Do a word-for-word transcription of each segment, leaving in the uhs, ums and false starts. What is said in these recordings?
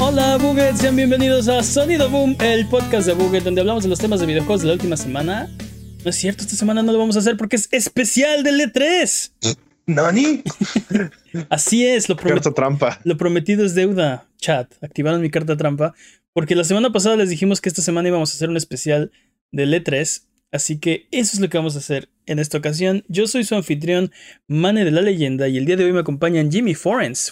Hola Buget, sean bienvenidos a Sonido Boom, el podcast de Buget, donde hablamos de los temas de videojuegos de la última semana. No es cierto, esta semana no lo vamos a hacer porque es especial del E tres. ¿Nani? Así es, lo, promet- carta trampa. lo prometido es deuda, chat. Activaron mi carta trampa porque la semana pasada les dijimos que esta semana íbamos a hacer un especial del E tres. Así que eso es lo que vamos a hacer en esta ocasión. Yo soy su anfitrión, Mane de la Leyenda, y el día de hoy me acompañan Jimmy Forens.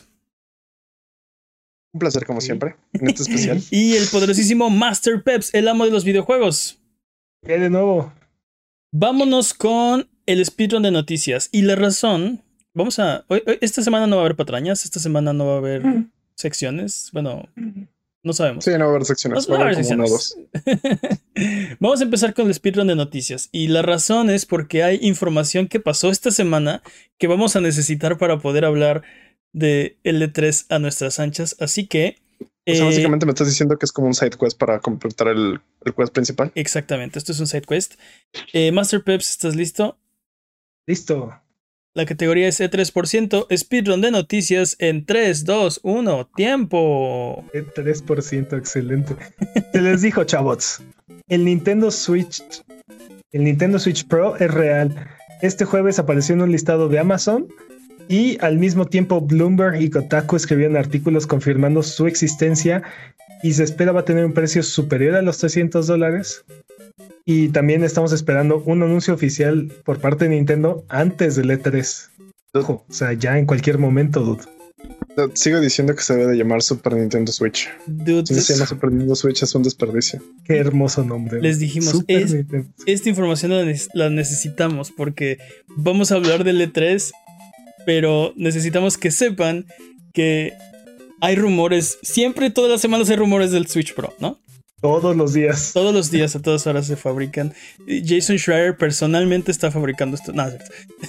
Un placer como siempre en este especial. Y el poderosísimo Master Peps, el amo de los videojuegos. ¿Qué de nuevo? Vámonos con el speedrun de noticias. Y la razón, vamos a... Hoy, hoy, esta semana no va a haber patrañas, esta semana no va a haber mm. secciones. Bueno, no sabemos. Sí, no va a haber secciones. No, va a haber secciones. Dos. Vamos a empezar con el speedrun de noticias. Y la razón es porque hay información que pasó esta semana que vamos a necesitar para poder hablar de el E tres a nuestras anchas. Así que... O sea, eh, básicamente me estás diciendo que es como un side quest para completar el, el quest principal. Exactamente, esto es un side quest. Eh, Master Peps, ¿estás listo? Listo. La categoría es E tres por ciento. Speedrun de noticias en tres, dos, uno. ¡Tiempo! E tres por ciento, excelente. Se les dijo, chavos. El Nintendo Switch... El Nintendo Switch Pro es real. Este jueves apareció en un listado de Amazon... Y al mismo tiempo Bloomberg y Kotaku escribieron artículos confirmando su existencia y se espera va a tener un precio superior a los trescientos dólares. Y también estamos esperando un anuncio oficial por parte de Nintendo antes del E tres. Ojo, o sea, ya en cualquier momento, dude. Sigo diciendo que se debe de llamar Super Nintendo Switch. Dude, si no se llama Super Nintendo Switch es un desperdicio. Qué hermoso nombre. Les dijimos, es, esta información la, ne- la necesitamos porque vamos a hablar del E tres... Pero necesitamos que sepan que hay rumores. Siempre, todas las semanas hay rumores del Switch Pro, ¿no? Todos los días. Todos los días, a todas horas se fabrican. Jason Schreier personalmente está fabricando esto. No,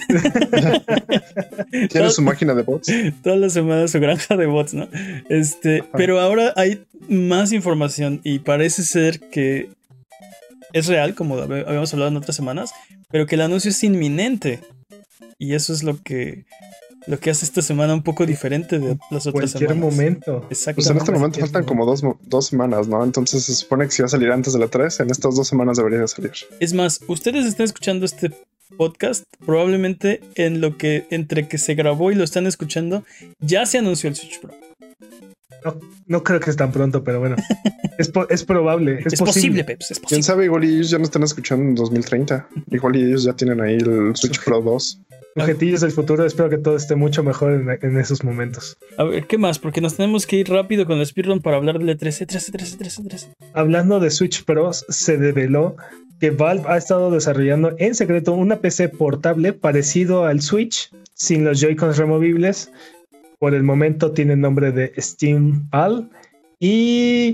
Tiene Todo, su máquina de bots. Todas las semanas su granja de bots, ¿no? Este, pero ahora hay más información y parece ser que es real, como habíamos hablado en otras semanas, pero que el anuncio es inminente. Y eso es lo que lo que hace esta semana un poco diferente de las otras Cualquier semanas. momento. Exacto. Pues en este momento faltan como dos, dos semanas, ¿no? Entonces se supone que si va a salir antes de la tres, en estas dos semanas debería de salir. Es más, ustedes están escuchando este podcast, probablemente en lo que entre que se grabó y lo están escuchando, ya se anunció el Switch Pro. No, no creo que es tan pronto, pero bueno. Es, po- es probable. Es, es posible, posible, Peps. Es posible. Quién sabe, igual y ellos ya no están escuchando en dos mil treinta. Igual y ellos ya tienen ahí el Switch Pro dos. Objetillos del futuro, espero que todo esté mucho mejor en, en esos momentos. A ver, ¿qué más? Porque nos tenemos que ir rápido con el speedrun para hablar del E tres, E tres, E tres, E tres, E tres. Hablando de Switch Pro, se develó que Valve ha estado desarrollando en secreto una P C portable parecido al Switch, sin los Joy-Cons removibles. Por el momento tiene el nombre de Steam Pal. Y...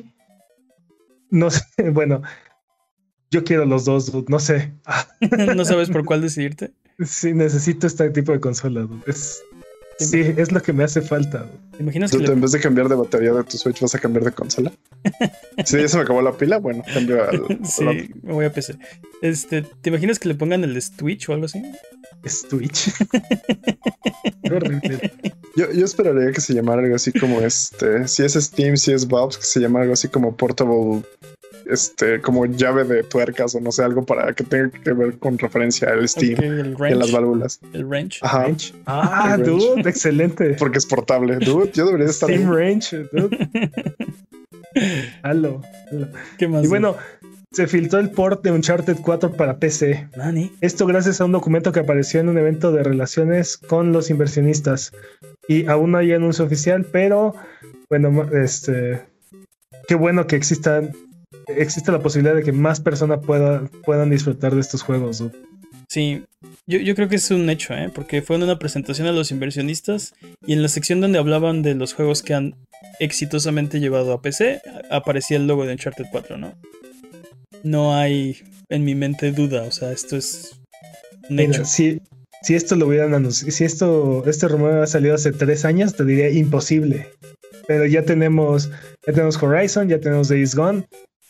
No sé, bueno... Yo quiero los dos, dude, no sé. ¿No sabes por cuál decidirte? Sí, necesito este tipo de consola, dude. Es, sí, es lo que me hace falta, dude. ¿Te imaginas que le... en vez de cambiar de batería de tu Switch vas a cambiar de consola? Si ya se me acabó la pila, bueno, cambio al... Sí, la... me voy a P C. Este, ¿te imaginas que le pongan el Switch o algo así? Switch. Horrible. Yo, yo esperaría que se llamara algo así como este... Si es Steam, si es Valve, que se llama algo así como Portable... Este, como llave de tuercas o no sé, algo para que tenga que ver con referencia al Steam, okay, el y a las válvulas. El wrench. Ajá. Range. Ah, el dude, range. Excelente. Porque es portable. Dude, yo debería estar Steam ahí. Range, dude. Halo, halo. ¿Qué más? Y bueno, se filtró el port de Uncharted cuatro para P C. Nani. Esto gracias a un documento que apareció en un evento de relaciones con los inversionistas. Y aún no hay anuncio oficial, pero bueno, este, qué bueno que existan existe la posibilidad de que más personas pueda, puedan disfrutar de estos juegos, ¿no? Sí, yo, yo creo que es un hecho, ¿eh? Porque fue en una presentación a los inversionistas y en la sección donde hablaban de los juegos que han exitosamente llevado a P C, aparecía el logo de Uncharted cuatro, ¿no? No hay en mi mente duda, o sea, esto es un Mira, hecho. Si, si esto lo hubieran anunciado, si esto, este rumor ha salido hace tres años, te diría imposible. Pero ya tenemos, ya tenemos Horizon, ya tenemos Days Gone.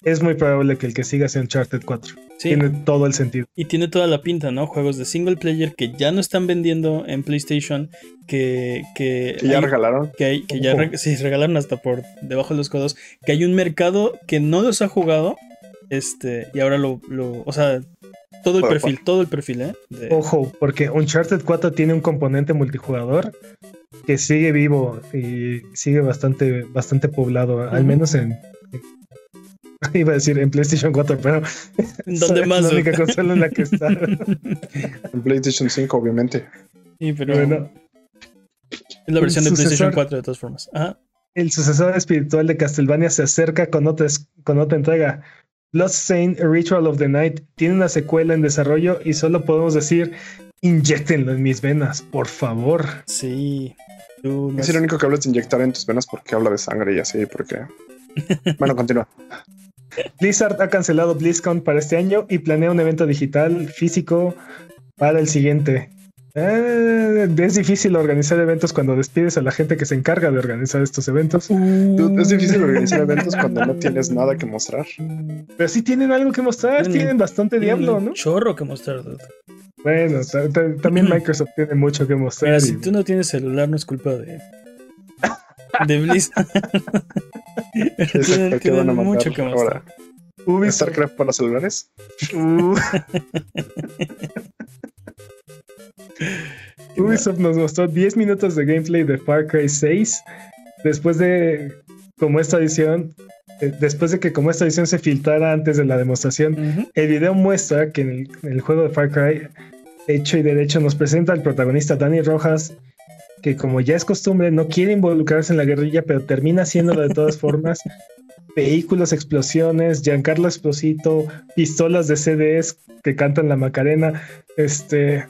es muy probable que el que siga sea Uncharted cuatro. Sí. Tiene todo el sentido. Y tiene toda la pinta, ¿no? Juegos de single player que ya no están vendiendo en PlayStation, que... Que, que ya hay, regalaron. Que, hay, que ya re, sí, regalaron hasta por debajo de los codos. Que hay un mercado que no los ha jugado. Este, y ahora lo... lo o sea, todo el Ojo. perfil, todo el perfil, ¿eh? De... Ojo, porque Uncharted cuatro tiene un componente multijugador que sigue vivo y sigue bastante, bastante poblado, uh-huh. al menos en... Iba a decir en PlayStation cuatro, pero ¿dónde más? Es la única consola en la que está. En PlayStation cinco, obviamente. Sí, pero bueno, es la versión de sucesor, PlayStation cuatro de todas formas. Ajá. El sucesor espiritual de Castlevania se acerca con otra, con otra entrega. Bloodstained Ritual of the Night tiene una secuela en desarrollo y solo podemos decir, inyéctenlo en mis venas, por favor. Sí. Tú no es el único que hablas de inyectar en tus venas porque habla de sangre y así, porque... Bueno, continúa. Blizzard ha cancelado BlizzCon para este año y planea un evento digital físico para el siguiente. Eh, es difícil organizar eventos cuando despides a la gente que se encarga de organizar estos eventos. Uh, es difícil organizar eventos cuando no tienes nada que mostrar. Pero sí tienen algo que mostrar, tienen, tienen bastante tienen diablo, ¿no? Chorro que mostrar, dude. Bueno, t- t- también Microsoft tiene mucho que mostrar. Mira, y... si tú no tienes celular, no es culpa de, de Blizzard. tienen tienen mucho que mostrar. Ubisoft StarCraft para celulares. Uh. Ubisoft nos mostró diez minutos de gameplay de Far Cry seis. Después de como esta edición, eh, después de que como esta edición se filtrara antes de la demostración, uh-huh. el video muestra que en el, en el juego de Far Cry, hecho y derecho, nos presenta al protagonista Dani Rojas, que como ya es costumbre, no quiere involucrarse en la guerrilla, pero termina haciéndolo de todas formas. Vehículos, explosiones, Giancarlo Esposito, pistolas de C Ds que cantan la Macarena, este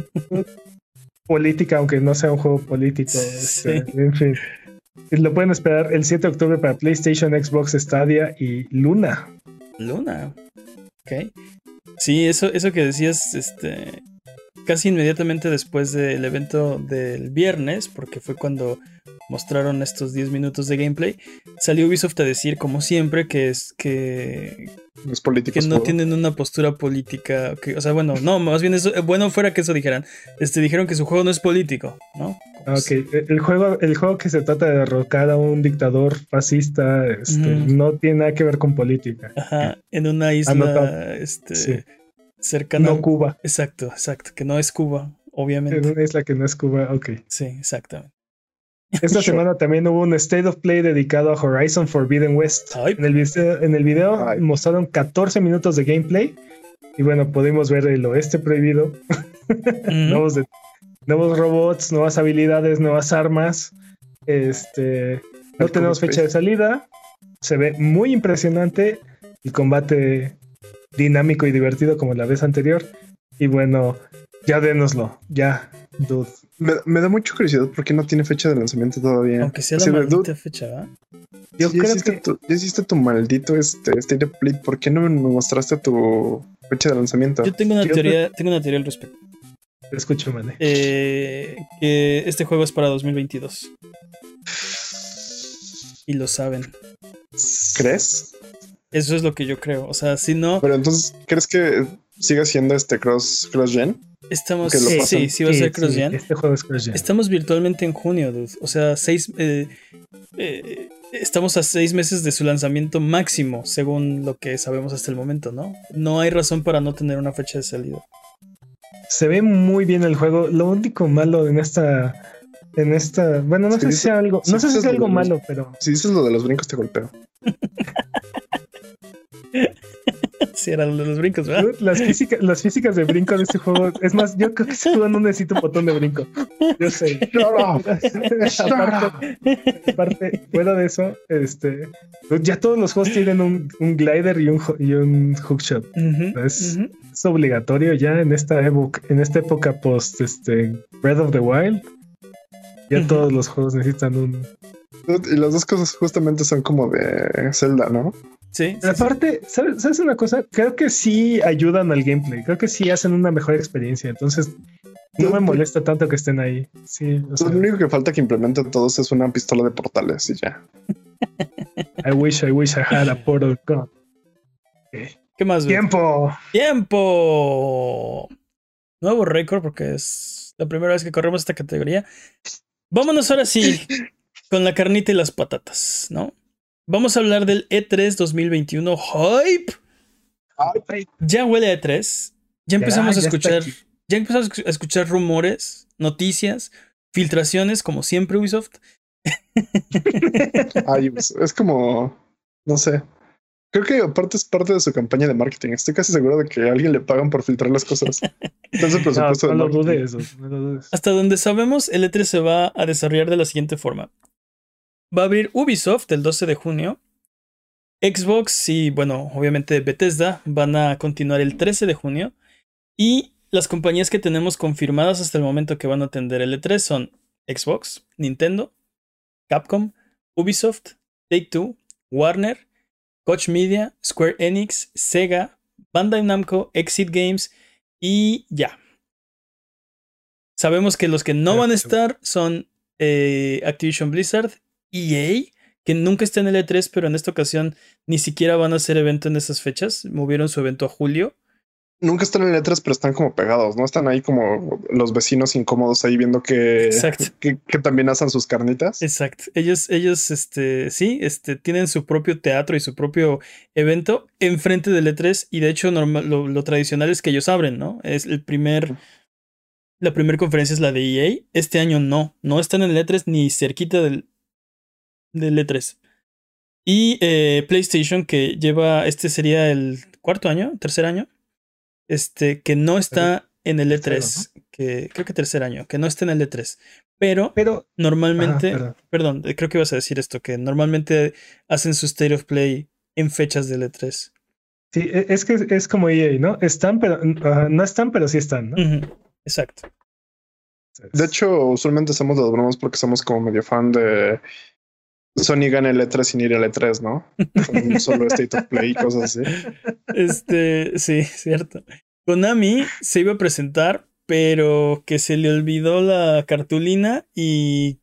política, aunque no sea un juego político, sí. este, en fin. Lo pueden esperar el siete de octubre para PlayStation, Xbox, Stadia y Luna. Luna. Ok. Sí, eso, eso que decías, este, casi inmediatamente después del evento del viernes, porque fue cuando mostraron estos diez minutos de gameplay, salió Ubisoft a decir, como siempre, que es que, Los políticos que no juego. tienen una postura política. Que, o sea, bueno, no, más bien eso, bueno fuera que eso dijeran. Este, dijeron que su juego no es político, ¿no? Como ok, el juego, el juego que se trata de derrocar a un dictador fascista, este, mm. no tiene nada que ver con política. Ajá, en una isla, Anotado. este, sí. cercana. No Cuba. Exacto, exacto, que no es Cuba, obviamente. En una isla que no es Cuba, ok. Sí, exactamente. Esta sure. semana también hubo un State of Play dedicado a Horizon Forbidden West. En el video, en el video mostraron catorce minutos de gameplay. Y bueno, pudimos ver el oeste prohibido. Mm-hmm. nuevos, de, nuevos robots, nuevas habilidades, nuevas armas. Este, no tenemos fecha de salida. Se ve muy impresionante. El combate dinámico y divertido como la vez anterior. Y bueno, ya dénoslo. Ya, dude. Me, me da mucha curiosidad porque no tiene fecha de lanzamiento todavía. Aunque sea la o sea, maldita dude, fecha, ¿verdad? Yo ya, creo hiciste que... tu, ya hiciste tu maldito este, State of Play. ¿Por qué no me mostraste tu fecha de lanzamiento? Yo tengo una, teoría, tengo una teoría al respecto. Te escucho, man. Eh, que este juego es para dos mil veintidós. Y lo saben. ¿Crees? Eso es lo que yo creo. O sea, si no... Pero entonces, ¿crees que siga siendo este cross, cross-gen? Estamos, sí, sí, sí va a ser cross-gen. Sí, este juego es cross-gen. Estamos virtualmente en junio, dude. O sea, seis, eh, eh, estamos a seis meses de su lanzamiento máximo, según lo que sabemos hasta el momento, ¿no? No hay razón para no tener una fecha de salida. Se ve muy bien el juego. Lo único malo en esta, en esta, bueno, no sí, sé si sea algo, no sé si es algo los, malo, pero si dices lo de los brincos te golpeo. Sí, era lo de los brincos, ¿verdad? Las físicas, las físicas de brinco de este juego. Es más, yo creo que este juego no necesita un botón de brinco. Yo sé. aparte, aparte, fuera de eso, este, ya todos los juegos tienen un, un glider y un, y un hookshot. Uh-huh, es, uh-huh. es obligatorio ya en esta época, en esta época post este, Breath of the Wild. Ya uh-huh. todos los juegos necesitan un. Y las dos cosas justamente son como de Zelda, ¿no? Sí. sí Aparte, sí. ¿sabes, ¿sabes una cosa? Creo que sí ayudan al gameplay. Creo que sí hacen una mejor experiencia. Entonces, no me molesta tanto que estén ahí. Sí, o sea, lo único que falta que implementen todos es una pistola de portales y ya. I wish, I wish I had a portal gun. ¿Qué más? Ves? ¡Tiempo! ¡Tiempo! Nuevo récord porque es la primera vez que corremos esta categoría. Vámonos ahora sí con la carnita y las patatas, ¿no? Vamos a hablar del E tres dos mil veintiuno. ¡Hype! Ya huele a E tres. Ya empezamos Ya, a ya escuchar. está aquí. Ya empezamos a escuchar rumores, noticias, filtraciones, como siempre, Ubisoft. Ay, pues, es como, no sé. Creo que aparte es parte de su campaña de marketing. Estoy casi seguro de que a alguien le pagan por filtrar las cosas. Entonces, el No, presupuesto no de lo marketing. dudes, no lo dudes. Hasta donde sabemos, el E tres se va a desarrollar de la siguiente forma. Va a abrir Ubisoft el doce de junio. Xbox y, bueno, obviamente Bethesda van a continuar el trece de junio. Y las compañías que tenemos confirmadas hasta el momento que van a atender el E tres son Xbox, Nintendo, Capcom, Ubisoft, Take-Two, Warner, Koch Media, Square Enix, Sega, Bandai Namco, Exit Games y ya. Sabemos que los que no van a estar son eh, Activision Blizzard, E A, que nunca está en el E tres, pero en esta ocasión ni siquiera van a hacer evento en esas fechas. Movieron su evento a julio. Nunca están en letras, pero están como pegados, ¿no? Están ahí como los vecinos incómodos ahí viendo que, Exacto. que, que también hacen sus carnitas. Exacto. Ellos, ellos, este, sí, este, tienen su propio teatro y su propio evento enfrente del E tres. Y de hecho, normal, lo, lo tradicional es que ellos abren, ¿no? Es el primer. La primera conferencia es la de E A. Este año no. No están en el E tres ni cerquita del, del E tres. Y eh, PlayStation, que lleva. Este sería el cuarto año, tercer año. Este, que no está en el E tres. Tercero, ¿no? Que, creo que tercer año, que no está en el E tres. Pero, Pero, normalmente. ajá, perdón. perdón, creo que ibas a decir esto, que normalmente hacen su State of Play en fechas del E tres. sí, e- es que es como E A, ¿no? Están, pero uh, no están, pero sí están, ¿no? Uh-huh. Exacto. De hecho, usualmente hacemos las bromas porque somos como medio fan de Sony gana el E tres sin ir al E tres, ¿no? Con solo State of Play y cosas así. Este, sí, cierto. Konami se iba a presentar, pero que se le olvidó la cartulina y,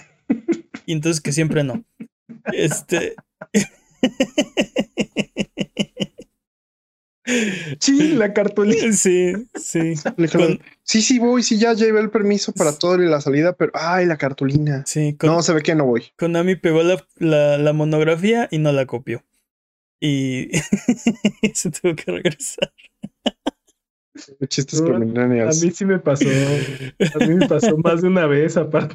y entonces que siempre no. Este. Sí, la cartulina. Sí, sí. Con, con, sí, sí voy, sí ya llevé el permiso para todo y la salida, pero ay, la cartulina. Sí, con, no, se ve que no voy. Konami pegó la, la, la monografía y no la copió. Y se tuvo que regresar. Chistes no, A mí sí me pasó. A mí me pasó más de una vez, aparte.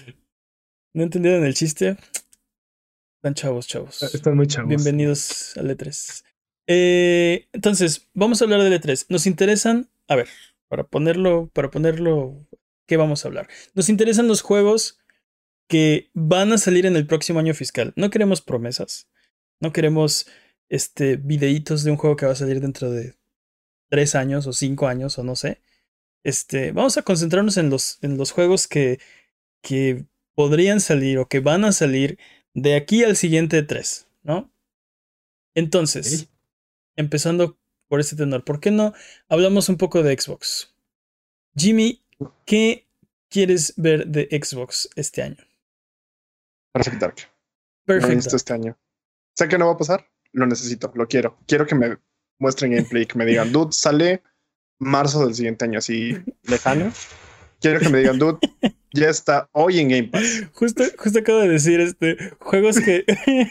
¿No entendieron el chiste? Están chavos, chavos. Están muy chavos. Bienvenidos al E tres. Eh, entonces, vamos a hablar del E tres. Nos interesan, a ver, para ponerlo, para ponerlo, ¿qué vamos a hablar? Nos interesan los juegos que van a salir en el próximo año fiscal. No queremos promesas. No queremos este, videitos de un juego que va a salir dentro de tres años o cinco años o no sé. Este, vamos a concentrarnos en los, en los juegos que, que podrían salir o que van a salir de aquí al siguiente E tres, ¿no? Entonces, ¿sí? Empezando por este tenor, ¿por qué no hablamos un poco de Xbox? Jimmy, ¿qué quieres ver de Xbox este año? Perfect Dark. Perfect Lo necesito este año. Sé que no va a pasar, lo necesito, lo quiero. Quiero que me muestren gameplay, que me digan, dude, sale marzo del siguiente año, así lejano. Quiero que me digan, dude, ya está hoy en Game Pass. Justo, justo acabo de decir, este, juegos que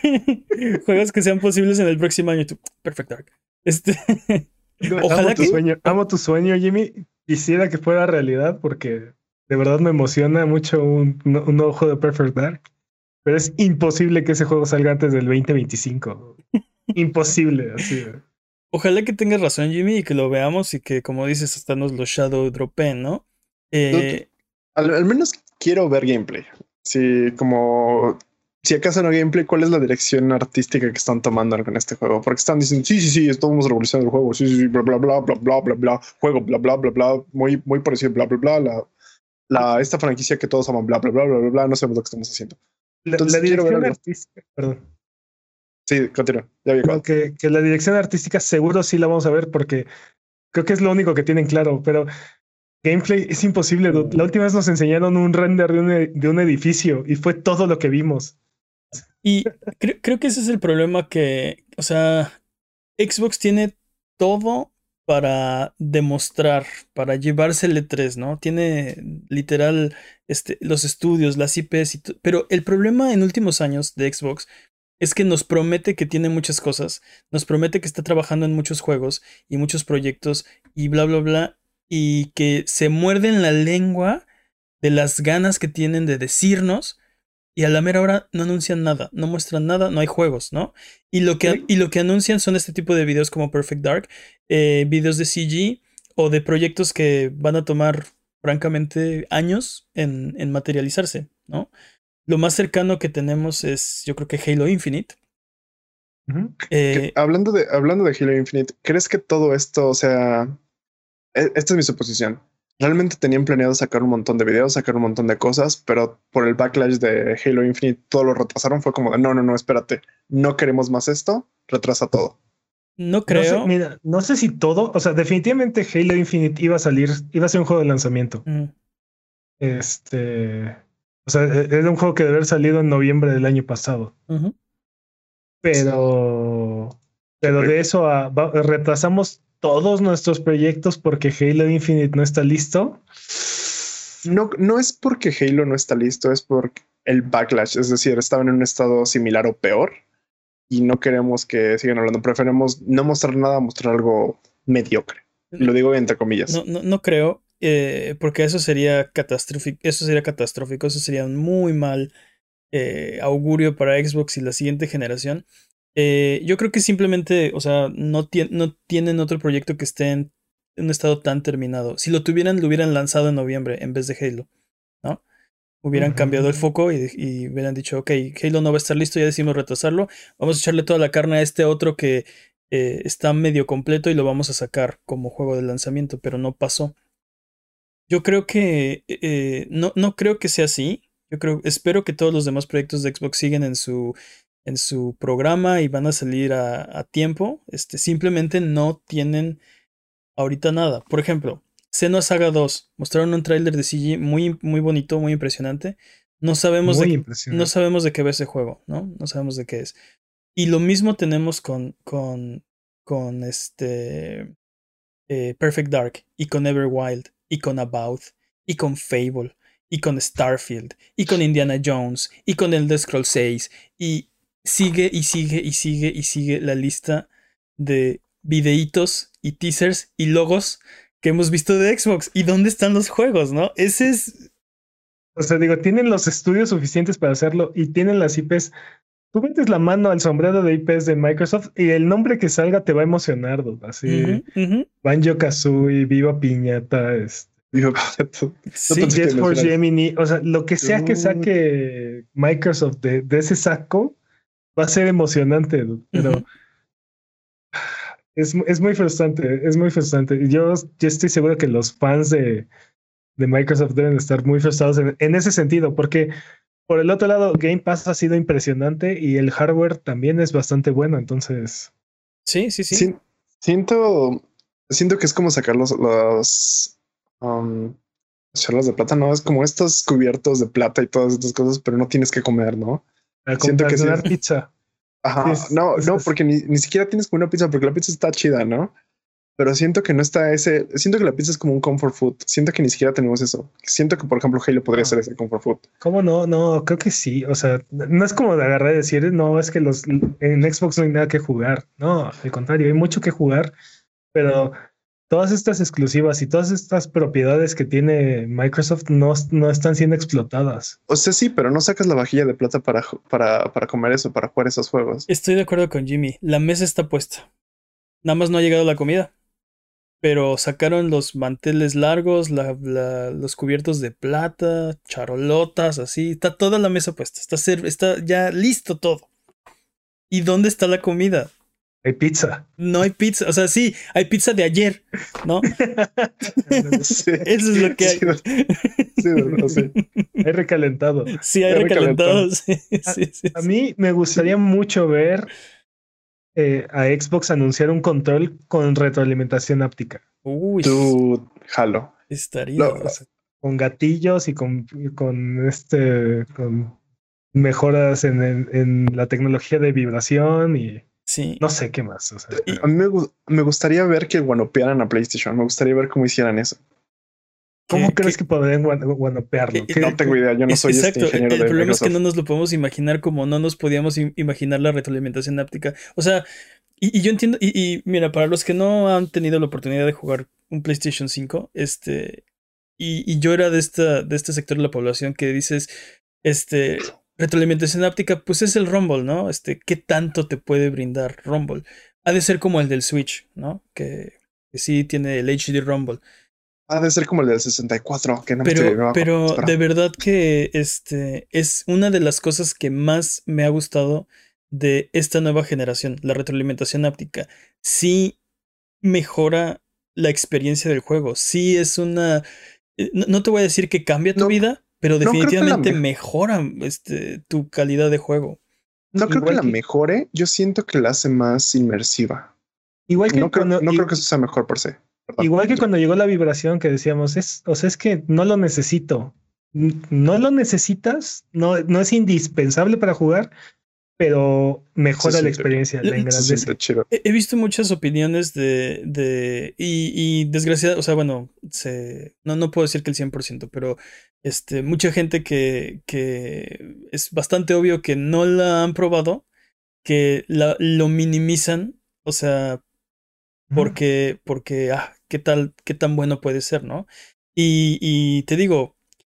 juegos que sean posibles en el próximo año. Perfect Dark. Este, ojalá amo tu que sueño, amo tu sueño, Jimmy. Quisiera que fuera realidad porque de verdad me emociona mucho un, un, un ojo de Perfect Dark. Pero es imposible que ese juego salga antes del veinte veinticinco. Imposible, así. Ojalá que tengas razón, Jimmy, y que lo veamos y que, como dices, hasta nos lo shadow dropen, ¿no? Eh, al, al menos quiero ver gameplay. Si como si acaso no gameplay, ¿cuál es la dirección artística que están tomando con este juego? Porque están diciendo, sí, sí, sí, estamos revolucionando el juego, sí, sí, sí, bla, bla, bla, bla, bla, bla, bla, juego, bla, bla, bla, bla, muy, muy parecido, bla, bla, bla, la, la, esta franquicia que todos aman, bla, bla, bla, bla, bla, bla, no sabemos lo que estamos haciendo. Entonces, la, la dirección artística, perdón. Sí, continúa. Ya vi no, que, que la dirección artística seguro sí la vamos a ver porque creo que es lo único que tienen claro, pero gameplay es imposible. Mm. La última vez nos enseñaron un render de un, de un edificio y fue todo lo que vimos. Y creo, creo que ese es el problema que, o sea, Xbox tiene todo para demostrar, para llevarse el E tres, ¿no? Tiene literal este, los estudios, las I Ps y todo. Pero el problema en últimos años de Xbox es que nos promete que tiene muchas cosas, nos promete que está trabajando en muchos juegos y muchos proyectos y bla, bla, bla, y que se muerden la lengua de las ganas que tienen de decirnos. Y a la mera hora no anuncian nada, no muestran nada, no hay juegos, ¿no? Y lo que, Sí. y lo que anuncian son este tipo de videos como Perfect Dark, eh, videos de C G o de proyectos que van a tomar, francamente, años en, en materializarse, ¿no? Lo más cercano que tenemos es, yo creo que Halo Infinite. Ujú. Eh, Que- hablando de, hablando de Halo Infinite, ¿crees que todo esto, o sea, e- esta es mi suposición? Realmente tenían planeado sacar un montón de videos, sacar un montón de cosas, pero por el backlash de Halo Infinite todo lo retrasaron. Fue como de no, no, no, espérate, no queremos más esto, retrasa todo. no No sé, creo. mira, no sé si todo, o sea, definitivamente Halo Infinite iba a salir, iba a ser un juego de lanzamiento. Mm, Este, o sea, e- era un juego que debe haber salido en noviembre del año pasado. ujú. Pero, pero de eso a, va- retrasamos todos nuestros proyectos porque Halo Infinite no está listo. No, no es porque Halo no está listo, es por el backlash. Es decir, estaban en un estado similar o peor y no queremos que sigan hablando. Preferimos no mostrar nada, mostrar algo mediocre. Lo digo entre comillas. No, no, no creo, eh, porque eso sería catastrófico, eso sería catastrófico, eso sería un muy mal eh, augurio para Xbox y la siguiente generación. Eh, yo creo que simplemente, o sea, no, tien- no tienen otro proyecto que esté en un estado tan terminado. Si lo tuvieran, lo hubieran lanzado en noviembre en vez de Halo, ¿no? Hubieran Ujú. cambiado el foco y, y hubieran dicho, ok, Halo no va a estar listo, ya decimos retrasarlo, vamos a echarle toda la carne a este otro que eh, está medio completo y lo vamos a sacar como juego de lanzamiento, pero no pasó. Yo creo que eh, no, no creo que sea así. Yo creo, espero que todos los demás proyectos de Xbox siguen en su, en su programa y van a salir a, a tiempo. Este, simplemente no tienen ahorita nada. Por ejemplo, Senua Saga dos. Mostraron un tráiler de C G muy, muy bonito, muy impresionante. No sabemos Muy de, no impresionante. sabemos de qué va ese juego, ¿no? No sabemos de qué es. Y lo mismo tenemos con, con, con este eh, Perfect Dark y con Everwild y con About y con Fable y con Starfield y con Indiana Jones y con el Elder Scrolls seis y sigue y sigue y sigue y sigue la lista de videitos y teasers y logos que hemos visto de Xbox. ¿Y dónde están los juegos, no? Ese es... O sea, digo, tienen los estudios suficientes para hacerlo y tienen las I Ps. Tú metes la mano al sombrero de I Ps de Microsoft y el nombre que salga te va a emocionar, dude. Así, Ujú, ujú. Banjo Kazooie, Viva Piñata, este, Digo, Sí. pensé que Jet for mencionas- Gemini, o sea, lo que sea que saque Microsoft de, de ese saco va a ser emocionante, dude, pero Ujú. es, mu- es muy frustrante, es muy frustrante. Yo, yo estoy seguro que los fans de, de Microsoft deben estar muy frustrados en, en ese sentido, porque por el otro lado, Game Pass ha sido impresionante y el hardware también es bastante bueno, entonces... Sí, sí, sí. Sí, siento, siento que es como sacar los, los um, charlas de plata, no es como estos cubiertos de plata y todas estas cosas, pero no tienes que comer, ¿no? A Siento que sí comprar es- pizza. Ajá, Sí, es- no, es- no, es- porque ni, ni siquiera tienes como una pizza, porque la pizza está chida, ¿no? Pero siento que no está ese, siento que la pizza es como un comfort food, siento que ni siquiera tenemos eso. Siento que, por ejemplo, Halo podría Ah. ser ese comfort food. ¿Cómo no? No, creo que sí. O sea, no es como de agarrar y decir, no, es que los en Xbox no hay nada que jugar. No, al contrario, hay mucho que jugar, pero todas estas exclusivas y todas estas propiedades que tiene Microsoft no, no están siendo explotadas. O sea, sí, pero no sacas la vajilla de plata para, ju- para, para comer eso, para jugar esos juegos. Estoy de acuerdo con Jimmy. La mesa está puesta. Nada más no ha llegado la comida. Pero sacaron los manteles largos, la- la- los cubiertos de plata, charolotas, así. Está toda la mesa puesta. Está, ser- está ya listo todo. ¿Y dónde está la comida? Hay pizza. No hay pizza. O sea, sí, hay pizza de ayer, ¿no? Sí. Eso es lo que hay. Sí, sí, verdad, sí. Hay recalentado. Sí, hay Hay recalentado. Sí, sí, sí, A sí. mí me gustaría mucho ver eh, a Xbox anunciar un control con retroalimentación áptica, Uy, Tú, jalo. estaría. Lo- O sea, con gatillos y con, con este con mejoras en, el- en la tecnología de vibración y Sí. No sé qué más. O sea, y, a mí me, me gustaría ver que guanopearan a PlayStation. Me gustaría ver cómo hicieran eso. ¿Cómo que, crees que, que podrían guanopearlo? Eh, no tengo idea, yo no es, soy exacto, este ingeniero el, el de problema es que Microsoft. no nos lo podemos imaginar como no nos podíamos im- imaginar la retroalimentación áptica. O sea, y, y yo entiendo, y, y mira, para los que no han tenido la oportunidad de jugar un PlayStation cinco, este, y, y yo era de esta, de este sector de la población que dices, este, retroalimentación áptica, pues es el Rumble, ¿no? Este, ¿qué tanto te puede brindar Rumble? Ha de ser como el del Switch, ¿no? Que, que sí tiene el H D Rumble. Ha de ser como el del sesenta y cuatro, que no Pero, te no, pero espera. de verdad que este es una de las cosas que más me ha gustado de esta nueva generación, la retroalimentación áptica. Sí mejora la experiencia del juego. Sí es una. eh, No, no te voy a decir que cambia tu No, vida, pero no creo que la definitivamente me- mejora este, tu calidad de juego. No creo que Igual la que- mejore, yo siento que la hace más inmersiva. Igual que No creo, cuando, no i- creo que eso sea mejor por se. Perdón. igual que cuando llegó la vibración que decíamos, es, o sea, es que no lo necesito. N- No lo necesitas, no, no es indispensable para jugar, pero mejora Se la siente experiencia, bien. la Se Se engrandece. siente chido. He, he visto muchas opiniones de. de y, y desgraciada, o sea, bueno, se, no, no puedo decir que el cien por ciento, pero este, mucha gente que, que es bastante obvio que no la han probado, que la, lo minimizan, o sea, porque, porque, ah, qué tal, qué tan bueno puede ser, ¿no? Y, y te digo,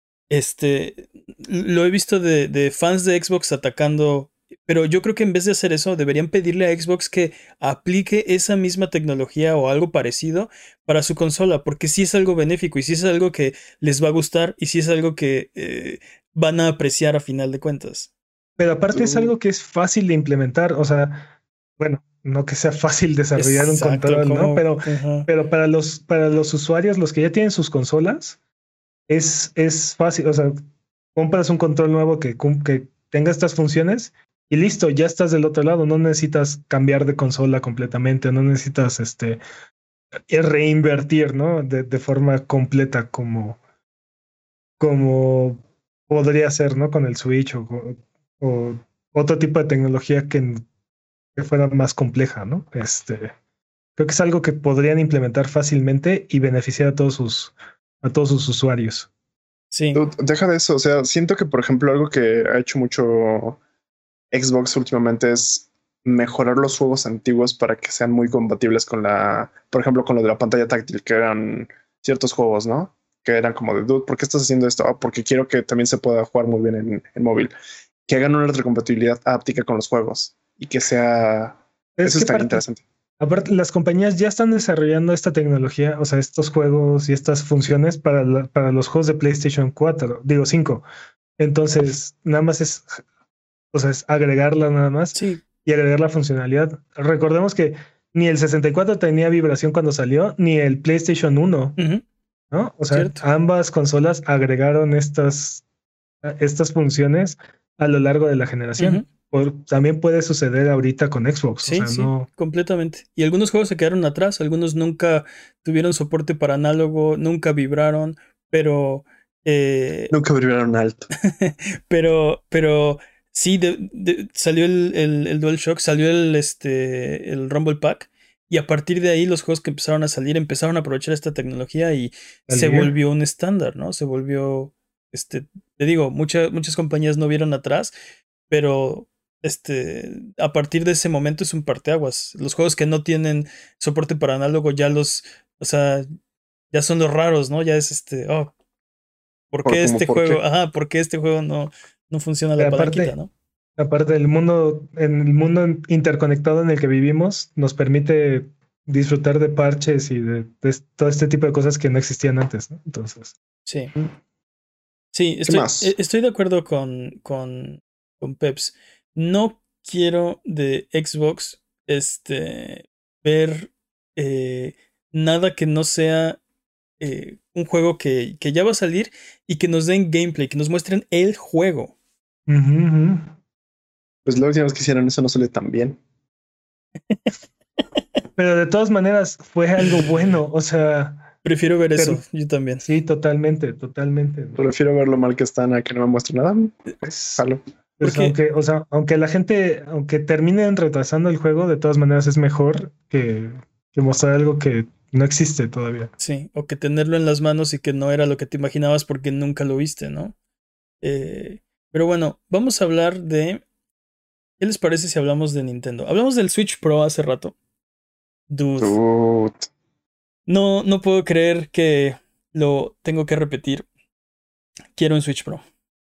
este, lo he visto de, de fans de Xbox atacando, pero yo creo que en vez de hacer eso, deberían pedirle a Xbox que aplique esa misma tecnología o algo parecido para su consola, porque sí es algo benéfico y sí es algo que les va a gustar y sí es algo que eh, van a apreciar a final de cuentas. Pero aparte es Tú- algo que es fácil de implementar, o sea, bueno, no que sea fácil desarrollar un Exacto, control, ¿no? como, Pero, ajá. pero para los, para los usuarios, los que ya tienen sus consolas, es, es fácil, o sea, compras un control nuevo que, cum- que tenga estas funciones y listo, ya estás del otro lado, no necesitas cambiar de consola completamente, no necesitas este reinvertir, ¿no? De, de forma completa como, como podría ser, ¿no? Con el Switch o, o otro tipo de tecnología que, que fuera más compleja, ¿no? Este, creo que es algo que podrían implementar fácilmente y beneficiar a todos sus, a todos sus usuarios. Sí. tú- deja de eso. O sea, siento que, por ejemplo, algo que ha hecho mucho Xbox últimamente es mejorar los juegos antiguos para que sean muy compatibles con la, por ejemplo, con lo de la pantalla táctil, que eran ciertos juegos, ¿no? Que eran como de, dude, ¿por qué estás haciendo esto? Ah, porque quiero que también se pueda jugar muy bien en, en móvil. Que hagan una retrocompatibilidad áptica con los juegos y que sea... Es Eso que está parte, interesante. aparte, las compañías ya están desarrollando esta tecnología, o sea, estos juegos y estas funciones para, la- para los juegos de PlayStation cuatro, digo cinco. Entonces, nada más es, o sea, es agregarla nada más Sí. y agregar la funcionalidad. Recordemos que ni el sesenta y cuatro tenía vibración cuando salió, ni el PlayStation uno, Ujú, ¿no? O sea, cierto. ambas consolas agregaron estas, estas funciones a lo largo de la generación. Ujú. Por- también puede suceder ahorita con Xbox, o Sí, sea, sí, no. completamente. Y algunos juegos se quedaron atrás, algunos nunca tuvieron soporte para análogo, nunca vibraron, pero, eh, Nunca brillaron alto. pero, pero sí, de- de- salió el, el, el DualShock, salió el, este, el Rumble Pack, y a partir de ahí los juegos que empezaron a salir empezaron a aprovechar esta tecnología y El se Gear. volvió un estándar, ¿no? Se volvió, este, te digo, muchas muchas compañías no vieron atrás, pero este, a partir de ese momento es un parteaguas. Los juegos que no tienen soporte para análogo ya los, o sea, ya son los raros, ¿no? Ya es este, oh, ¿por Por qué como este por juego? qué. Ajá, ¿por qué este juego no, no funciona la Pero palanquita, aparte, ¿no? aparte del mundo, en el mundo interconectado en el que vivimos, nos permite disfrutar de parches y de, de todo este tipo de cosas que no existían antes, ¿no? Entonces, Sí. Sí, ¿Qué estoy, más? e- estoy de acuerdo con, con, con Peps. No quiero de Xbox este, ver eh, nada que no sea eh, un juego que, que ya va a salir y que nos den gameplay, que nos muestren el juego. ujú, ujú. Pues la última vez que hicieron eso no salió tan bien. Pero de todas maneras fue algo bueno, o sea, Prefiero ver pero eso, yo también. sí, totalmente, totalmente. Prefiero ver lo mal que están a que no me muestren nada. Pues, Es, jalo. Pues Porque, aunque, o sea, aunque la gente, aunque terminen retrasando el juego, de todas maneras es mejor que, que mostrar algo que no existe todavía. sí, o que tenerlo en las manos y que no era lo que te imaginabas porque nunca lo viste, ¿no? Eh, pero bueno, vamos a hablar de... ¿Qué les parece si hablamos de Nintendo? Hablamos del Switch Pro hace rato. Dude, Dude. no, no puedo creer que lo tengo que repetir. Quiero un Switch Pro.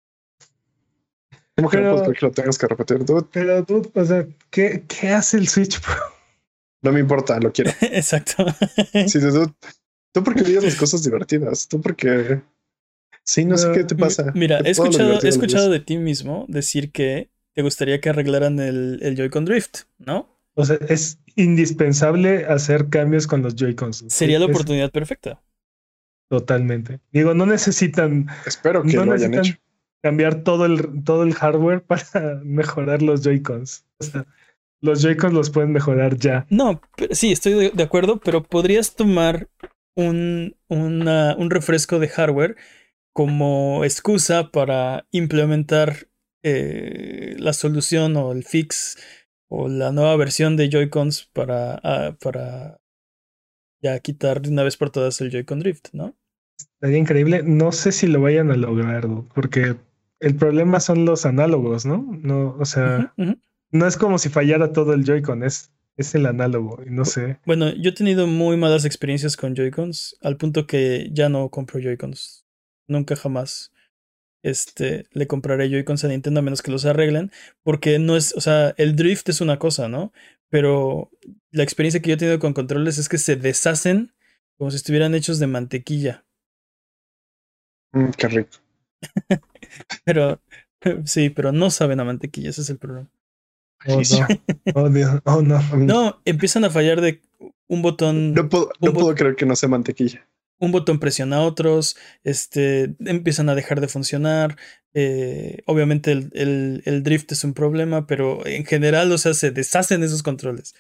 ¿Cómo que no puedo Pero, creer que lo tengas que repetir, dude? pero tú, o sea, ¿qué, qué hace el Switch Pro? No me importa, lo quiero. Exacto. Sí, dude. Tú porque vives las cosas divertidas. Tú porque... Sí, no sé No, qué te Mi- pasa. Mira, Que he todo lo escuchado, he divertido lo escuchado ves. de ti mismo decir que te gustaría que arreglaran el, el Joy-Con Drift, ¿no? O sea, es indispensable hacer cambios con los Joy-Cons. Sería la Es oportunidad perfecta. totalmente. Digo, no necesitan, Espero que no lo hayan hecho. necesitan cambiar todo el, todo el hardware para mejorar los Joy-Cons. O sea, los Joy-Cons los pueden mejorar ya. No, pero- sí, estoy de, de acuerdo, pero podrías tomar un, una- un refresco de hardware como excusa para implementar eh, la solución o el fix o la nueva versión de Joy-Cons para, ah, para ya quitar de una vez por todas el Joy-Con Drift, ¿no? Sería increíble. No sé si lo vayan a lograr, dude, porque el problema son los análogos, ¿no? No, o Ujú, sea, ujú. no es como si fallara todo el Joy-Con, es, es el análogo, y no sé. Bueno, yo he tenido muy malas experiencias con Joy-Cons, al punto que ya no compro Joy-Cons. Nunca jamás este, le compraré Joy-Cons a Nintendo a menos que los arreglen, porque no es, o sea, el drift es una cosa, ¿no? Pero la experiencia que yo he tenido con controles es que se deshacen como si estuvieran hechos de mantequilla. Mm, qué rico. Pero sí, pero no saben a mantequilla, ese es el problema. Oh, no. Oh, Dios. Oh, no. No, empiezan a fallar de un botón, No puedo, no un, puedo bot- creer que no sea mantequilla. un botón presiona otros, este, empiezan a dejar de funcionar. Eh, obviamente el, el, el drift es un problema, pero en general, o sea, se deshacen esos controles.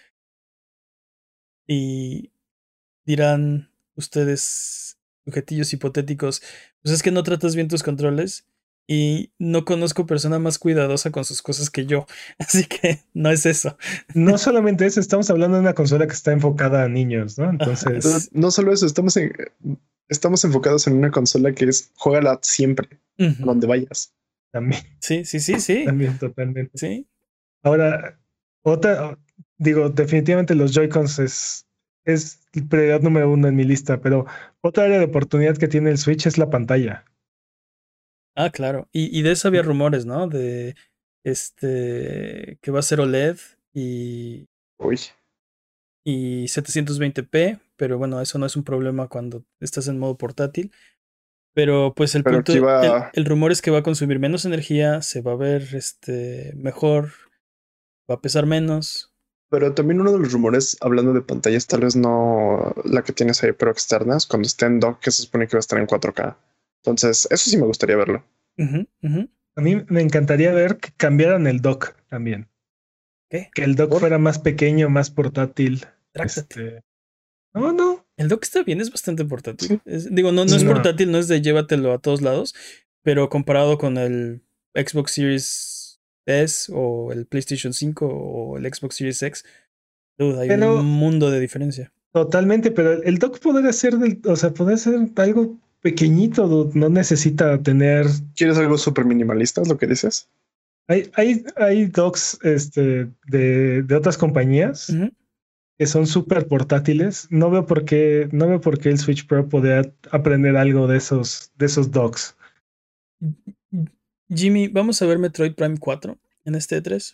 Y dirán ustedes, sujetillos hipotéticos, pues es que no tratas bien tus controles y no conozco persona más cuidadosa con sus cosas que yo. Así que no es eso. No solamente eso, estamos hablando de una consola que está enfocada a niños, ¿no? Ajá, Entonces, es- No solo eso, estamos en, estamos enfocados en una consola que es juégala siempre, a Ujú. donde vayas. también, Sí, sí, sí, sí. también totalmente. Sí. Ahora, otra, digo, definitivamente los Joy-Cons es, es prioridad número uno en mi lista, pero otra área de oportunidad que tiene el Switch es la pantalla. Ah, claro. Y, y de eso había rumores, ¿no? De este que va a ser O L E D y, Uy, y setecientos veinte p, pero bueno, eso no es un problema cuando estás en modo portátil. Pero pues el pero punto, aquí el, va. el rumor es que va a consumir menos energía, se va a ver este mejor, va a pesar menos. Pero también uno de los rumores, hablando de pantallas, tal vez no la que tienes ahí, pero externas, cuando esté en dock, que se supone que va a estar en cuatro K. Entonces, eso sí me gustaría verlo. Ujú, ujú. A mí me encantaría ver que cambiaran el dock también, ¿Qué? que el dock ¿Por? fuera más pequeño, más portátil. Tráctate. Este, no, no, El dock está bien, es bastante portátil. Sí. Es- digo, no, no es No. portátil, no es de llévatelo a todos lados, pero comparado con el Xbox Series S o el PlayStation cinco o el Xbox Series X, dude, hay Pero- un mundo de diferencia. totalmente, pero el, el dock podría ser del, o sea, podría ser algo pequeñito, dude, no necesita tener. ¿Quieres algo súper minimalista? ¿Es lo que dices? Hay, hay, hay docks este, de, de otras compañías Ujú. que son súper portátiles. No veo por qué, no veo por qué el Switch Pro podría aprender algo de esos, de esos docks. Jimmy, ¿vamos a ver Metroid Prime cuatro en este E tres?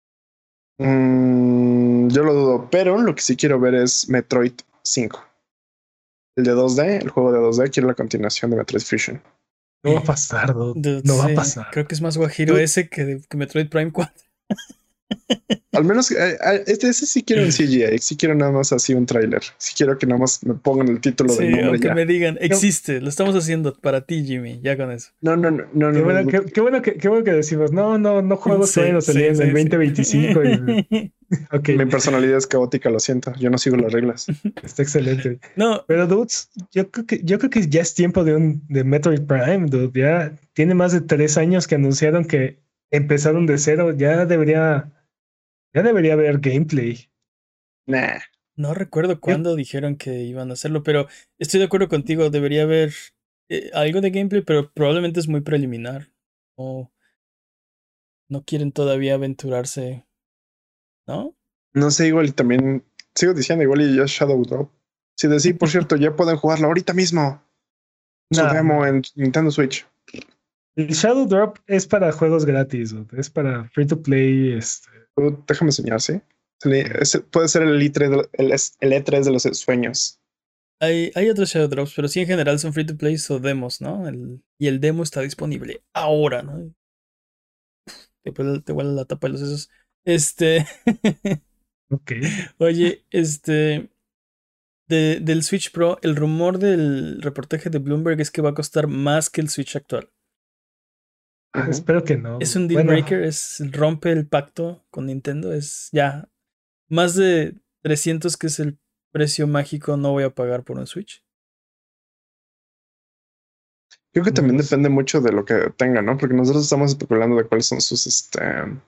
Mm, yo lo dudo, pero lo que sí quiero ver es Metroid cinco. El de dos D, el juego de dos D, quiero la continuación de Metroid Fusion. No va a pasar, dude. Dude, No va sí, a pasar. creo que es más guajiro Dude. ese que, que Metroid Prime cuatro. Al menos eh, eh, este ese sí quiero un C G I, sí quiero nada más así un tráiler. Sí quiero que nada más me pongan el título Sí, del nombre aunque ya. me digan, existe, lo estamos haciendo para ti, Jimmy, ya con eso. No, no, no, no, Qué no, bueno, no. qué, qué bueno que, qué bueno que decimos, no, no, no juegos que Sí, vayan a salir sí, en sí, el sí. veinte veinticinco. Y, ok, Mi personalidad es caótica, lo siento. Yo no sigo las reglas. está excelente. No, Pero, dudes, yo creo que, yo creo que ya es tiempo de un de Metroid Prime, dude. Ya tiene más de tres años que anunciaron que empezaron de cero, ya debería, ya debería haber gameplay. Nah. No recuerdo cuándo dijeron que iban a hacerlo, pero estoy de acuerdo contigo, debería haber eh, algo de gameplay, pero probablemente es muy preliminar. O no quieren todavía aventurarse, ¿no? No sé, igual y también sigo diciendo, igual y ya Shadow Drop. Si de sí, por cierto, ya pueden jugarlo ahorita mismo. Su Nah, demo en Nintendo Switch. el Shadow Drop es para juegos gratis, dude, es para free to play. Este. Uh, déjame enseñar, ¿sí? Es- puede ser el E tres, de, el, el E tres de los sueños. Hay, hay otros Shadow Drops, pero sí en general son free to play o demos, ¿no? El, y el demo está disponible ahora, ¿no? Te, huele- te huele la tapa de los sesos. Este. Ok. Oye, este. De, del Switch Pro, el rumor del reportaje de Bloomberg es que va a costar más que el Switch actual. Ajá. Espero que no. Es un deal Bueno, breaker, es, rompe el pacto con Nintendo. Es ya más de trescientos, que es el precio mágico, no voy a pagar por un Switch. Creo que no también lo sé. depende mucho de lo que tengan, ¿no? Porque nosotros estamos especulando de cuáles son sus, este...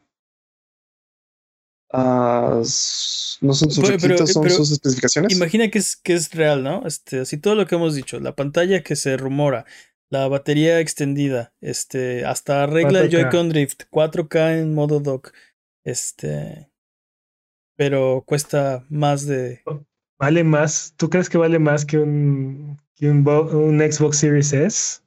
ah, s- no son sus Pero, pero, requisitos, son pero sus especificaciones. imagina que es, que es real, ¿no? Este, así todo lo que hemos dicho, la pantalla que se rumora, la batería extendida, este, hasta arregla el cuatro K. Joy-Con Drift, cuatro K en modo dock, este, pero cuesta más de... ¿Vale más? ¿Tú crees que vale más que un, que un, bo- un Xbox Series S?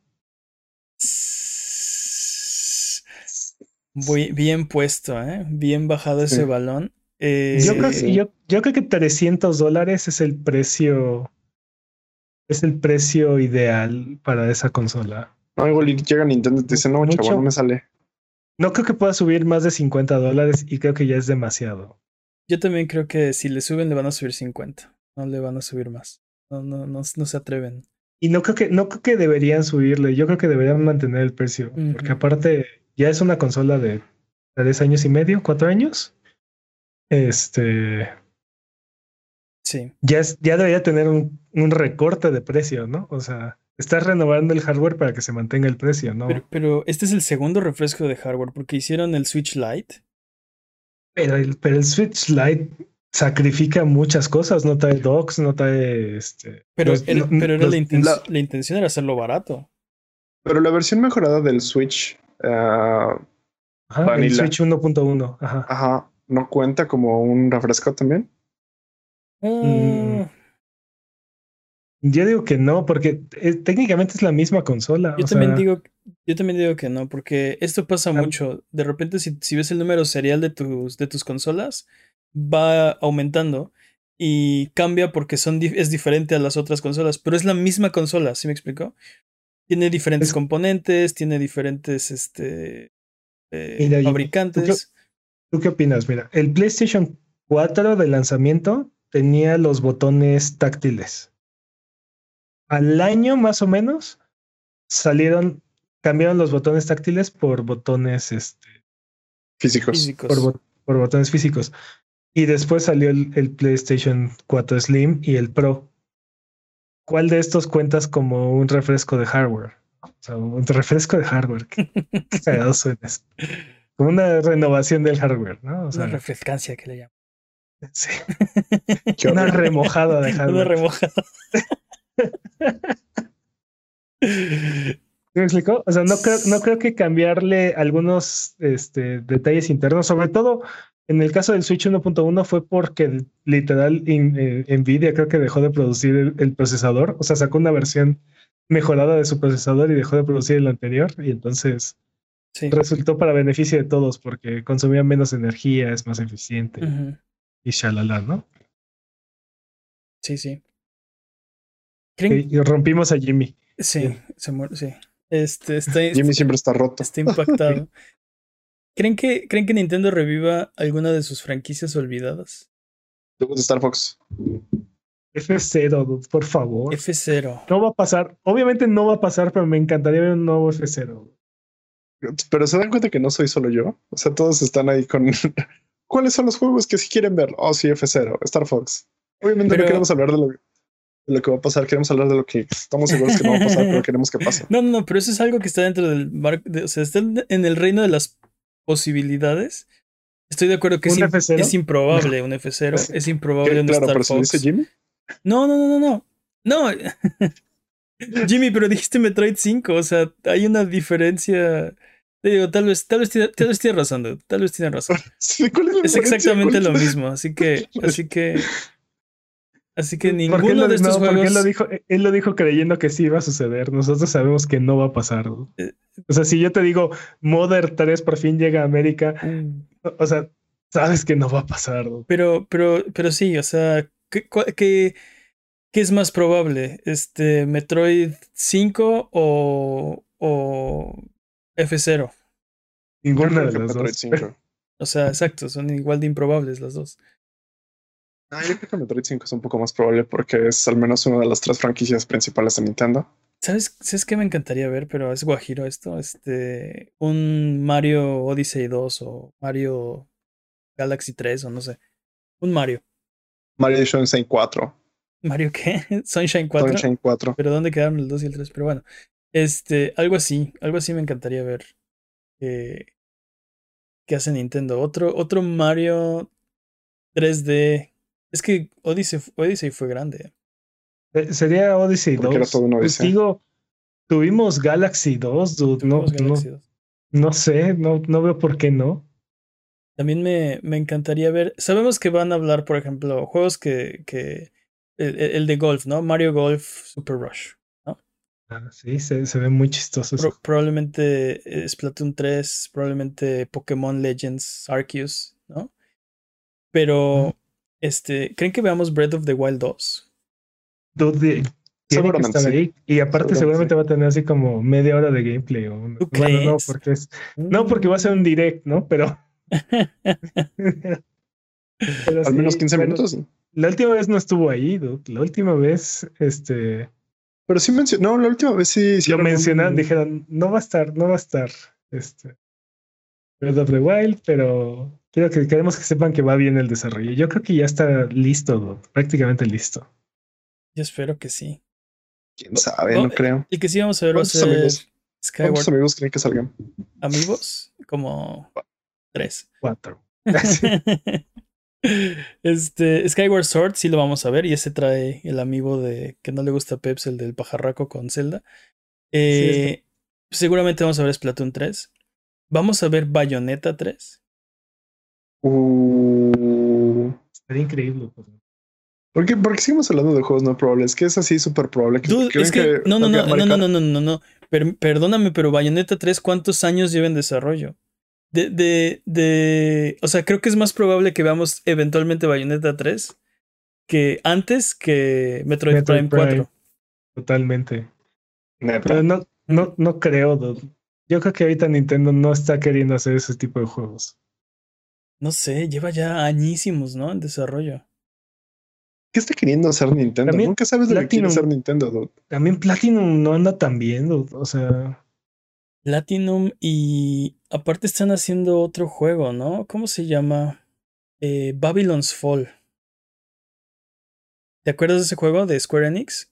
Muy bien puesto, ¿eh? Bien bajado Sí. ese balón. Yo Eh, creo, Sí, que- sí. yo, yo creo que trescientos dólares es el precio, es el precio ideal para esa consola. No, igual y llega Nintendo y te dice, no, chavo, no Mucho, me sale. no creo que pueda subir más de cincuenta dólares y creo que ya es demasiado. Yo también creo que si le suben, le van a subir cincuenta. No le van a subir más. No, no, no, no se atreven. Y no creo que, no creo que deberían subirle, yo creo que deberían mantener el precio, porque Ujú. aparte ya es una consola de tres años y medio, cuatro años. Este, Sí. ya, es, ya debería tener un, un recorte de precio, ¿no? O sea, estás renovando el hardware para que se mantenga el precio, ¿no? Pero, pero este es el segundo refresco de hardware, porque hicieron el Switch Lite. Pero el, pero el Switch Lite sacrifica muchas cosas, no trae docks, no trae este. Pero, Los, el- no- pero era los- la, inten- La- la intención era hacerlo barato. Pero la versión mejorada del Switch ah, ajá, el Vanilla, Switch uno punto uno, ajá. ajá, ¿no cuenta como un refresco también? Mm, Ah, yo digo que no, porque eh, técnicamente es la misma consola. yo O también sea, digo, yo también digo que no, porque esto pasa am- mucho. De repente, si, si ves el número serial de tus, de tus consolas, va aumentando y cambia porque son, dif- es diferente a las otras consolas, pero es la misma consola, ¿sí me explico? Tiene diferentes es, componentes, tiene diferentes este, eh, mira, Jimmy, ¿tú qué, fabricantes. tú qué opinas? Mira, el PlayStation cuatro de lanzamiento tenía los botones táctiles. Al año más o menos salieron, cambiaron los botones táctiles por botones, este, Físicos. por, Físicos. bo- por botones físicos. Y después salió el, el PlayStation cuatro Slim y el Pro. ¿Cuál de estos cuentas como un refresco de hardware? O sea, un refresco de hardware. Qué, qué cagado suena eso. Como una renovación del hardware, ¿no? O Una sea, refrescancia que le llaman. sí, Qué una horrible. remojada de Una hardware. remojada. ¿Sí me explico? O sea, no creo, no creo que cambiarle algunos este, detalles internos, sobre todo en el caso del Switch uno punto uno fue porque literal in- eh, Nvidia creo que dejó de producir el, el procesador, o sea, sacó una versión mejorada de su procesador y dejó de producir el anterior y entonces Sí. resultó para beneficio de todos porque consumía menos energía, es más eficiente Ujú. y shalala, ¿no? Sí, sí. ¿Creen? Y rompimos a Jimmy. Sí, Bien. se muere, sí. Este, está, Jimmy siempre está roto. está impactado. ¿Creen que, ¿Creen que Nintendo reviva alguna de sus franquicias olvidadas? ¿Te gusta Star Fox? F cero, dude, por favor. F cero. No va a pasar. Obviamente no va a pasar, pero me encantaría ver un nuevo F cero. Pero se dan cuenta que no soy solo yo. O sea, todos están ahí con ¿cuáles son los juegos que sí quieren ver? Oh, sí, F cero, Star Fox. Obviamente Pero- no queremos hablar de lo, de lo que va a pasar, queremos hablar de lo que estamos seguros que no va a pasar, pero queremos que pase. No, no, no, pero eso es algo que está dentro del marco, de- o sea, está en el reino de las posibilidades. Estoy de acuerdo que es, ¿Un im- F cero? es improbable un F cero, es improbable ¿Qué? un Claro, Star pero si lo dice Fox. Jimmy. No, no, no, no, no. No, Jimmy, pero dijiste Metroid cinco, o sea, hay una diferencia. Te digo, tal vez, tal vez, tiene- tal vez tiene razón, dude, tal vez tiene razón. Sí, ¿cuál es la Es diferencia? exactamente ¿Cuál lo es la- mismo, así que, así que, así que ¿Por qué ninguno lo, de estos no, porque él lo juegos. dijo, él lo dijo creyendo que sí iba a suceder. Nosotros sabemos que no va a pasar. ¿No? eh, O sea, si yo te digo Mother tres por fin llega a América, uh, o o sea, sabes que no va a pasar. ¿No? pero, pero, pero sí, o sea, ¿qué, cua- qué- qué es más probable? Este, Metroid cinco o, o F cero. Yo Ninguna creo de que las Metroid dos. cinco. O sea, exacto, son igual de improbables las dos. Ah, yo creo que Metroid cinco es un poco más probable porque es al menos una de las tres franquicias principales de Nintendo. ¿Sabes, ¿Sabes qué me encantaría ver? Pero es guajiro esto. Este, un Mario Odyssey dos o Mario Galaxy tres o no sé. Un Mario. Mario Sunshine cuatro. ¿Mario qué? ¿Sunshine cuatro? Sunshine cuatro. ¿Pero dónde quedaron el dos y el tres? Pero bueno, este, algo así. Algo así me encantaría ver. Que, que hace Nintendo. Otro, otro Mario tres D. Es que Odyssey, Odyssey fue grande. Eh, Sería Odyssey Porque era todo dos. una odisea. Digo, tuvimos Galaxy dos, dude. No, Tuvimos Galaxy no, dos. no sé, no, no veo por qué no. También me, me encantaría ver. Sabemos que van a hablar, por ejemplo, juegos que. que el, el de golf, ¿no? Mario Golf Super Rush, ¿no? Ah, sí, se, se ve muy chistoso eso. Pro- probablemente eh, Splatoon tres, probablemente Pokémon Legends Arceus, ¿no? Pero, este, ¿creen que veamos Breath of the Wild dos? Dude, de- tiene que Seguramente estar sí. ahí. Y aparte Seguramente seguramente sí. va a tener así como media hora de gameplay. O una- ¿Tú Bueno, no, crees? porque es. No, porque va a ser un direct, ¿no? Pero. Pero Al menos sí, quince bueno, minutos. la última vez no estuvo ahí, dude. La última vez, este. Pero sí mencionó. No, la última vez sí Lo hicieron mencionaron, un- dijeron, no va a estar, no va a estar. Este. Breath of the Wild, pero quiero que queremos que sepan que va bien el desarrollo. Yo creo que ya está listo, dude, prácticamente listo. Yo espero que sí. Quién sabe, Oh, no creo. el que sí vamos a ver va a ¿Cuántos ser amigos? ¿Cuántos Skyward amigos creen que salgan? Amigos, como tres. Cuatro. Este, Skyward Sword sí lo vamos a ver y ese trae el amigo de que no le gusta a Peps, el del pajarraco con Zelda. Sí, está- Eh, seguramente vamos a ver Splatoon tres. Vamos a ver Bayonetta tres. Uh, Estaría increíble. Pues. ¿Por qué, por qué seguimos hablando de juegos no probables? Que es así súper probable. Que, Dude, ¿creen es que no, no, salga no, no, Mario no, Kart? no, no, no, no. Per- perdóname, pero Bayonetta tres, ¿cuántos años lleva en desarrollo? De, de, de, o sea, creo que es más probable que veamos eventualmente Bayonetta tres que antes que Metroid, Metroid Prime Prime. cuatro. Totalmente. Neta. Pero no, no, no creo, dude. Yo creo que ahorita Nintendo no está queriendo hacer ese tipo de juegos. No sé, lleva ya añísimos, ¿no? En desarrollo. ¿Qué está queriendo hacer Nintendo? También Nunca sabes lo que quiere Platinum- hacer Nintendo, dude. También Platinum no anda tan bien, dude. O sea, Platinum y aparte están haciendo otro juego, ¿no? ¿Cómo se llama? Eh, Babylon's Fall. ¿Te acuerdas de ese juego de Square Enix?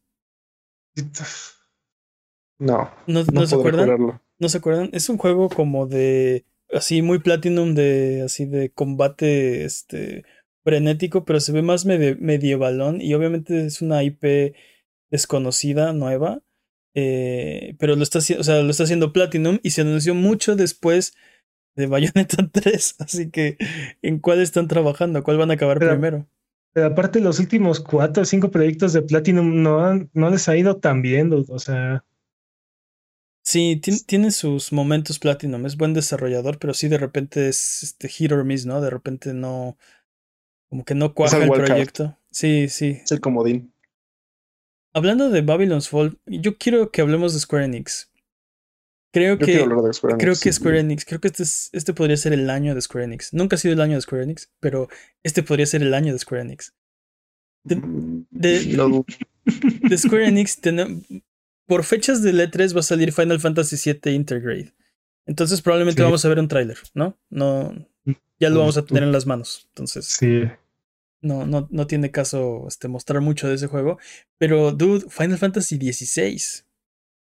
No, ¿No, no, ¿no se podré acuerdan? jugarlo. ¿No se acuerdan? Es un juego como de así muy Platinum de así de combate este frenético, pero se ve más medi- medievalón y obviamente es una I P desconocida, nueva. Eh, pero lo está haciendo, o sea, lo está haciendo Platinum y se anunció mucho después de Bayonetta tres, así que ¿en cuál están trabajando? ¿Cuál van a acabar Pero- primero? pero aparte los últimos cuatro o cinco proyectos de Platinum no, han- no les ha ido tan bien, dude. O sea, Sí, tien- tiene sus momentos Platinum, es buen desarrollador, pero sí de repente es este hit or miss, ¿no? De repente no, como que no cuaja el el wildcard. proyecto. Sí, sí. Es el comodín. Hablando de Babylon's Fall, yo quiero que hablemos de Square Enix. Creo Yo que quiero hablar de Square Enix. creo que Square Enix, creo que este es, este podría ser el año de Square Enix. Nunca ha sido el año de Square Enix, pero este podría ser el año de Square Enix. de- de- Lo dudo. De Square Enix tenem- por fechas del E tres va a salir Final Fantasy siete Intergrade. Entonces probablemente Sí. vamos a ver un tráiler, ¿no? No, ya lo vamos a tener en las manos. Entonces sí. no, no, no tiene caso este, mostrar mucho de ese juego. Pero, dude, Final Fantasy dieciséis.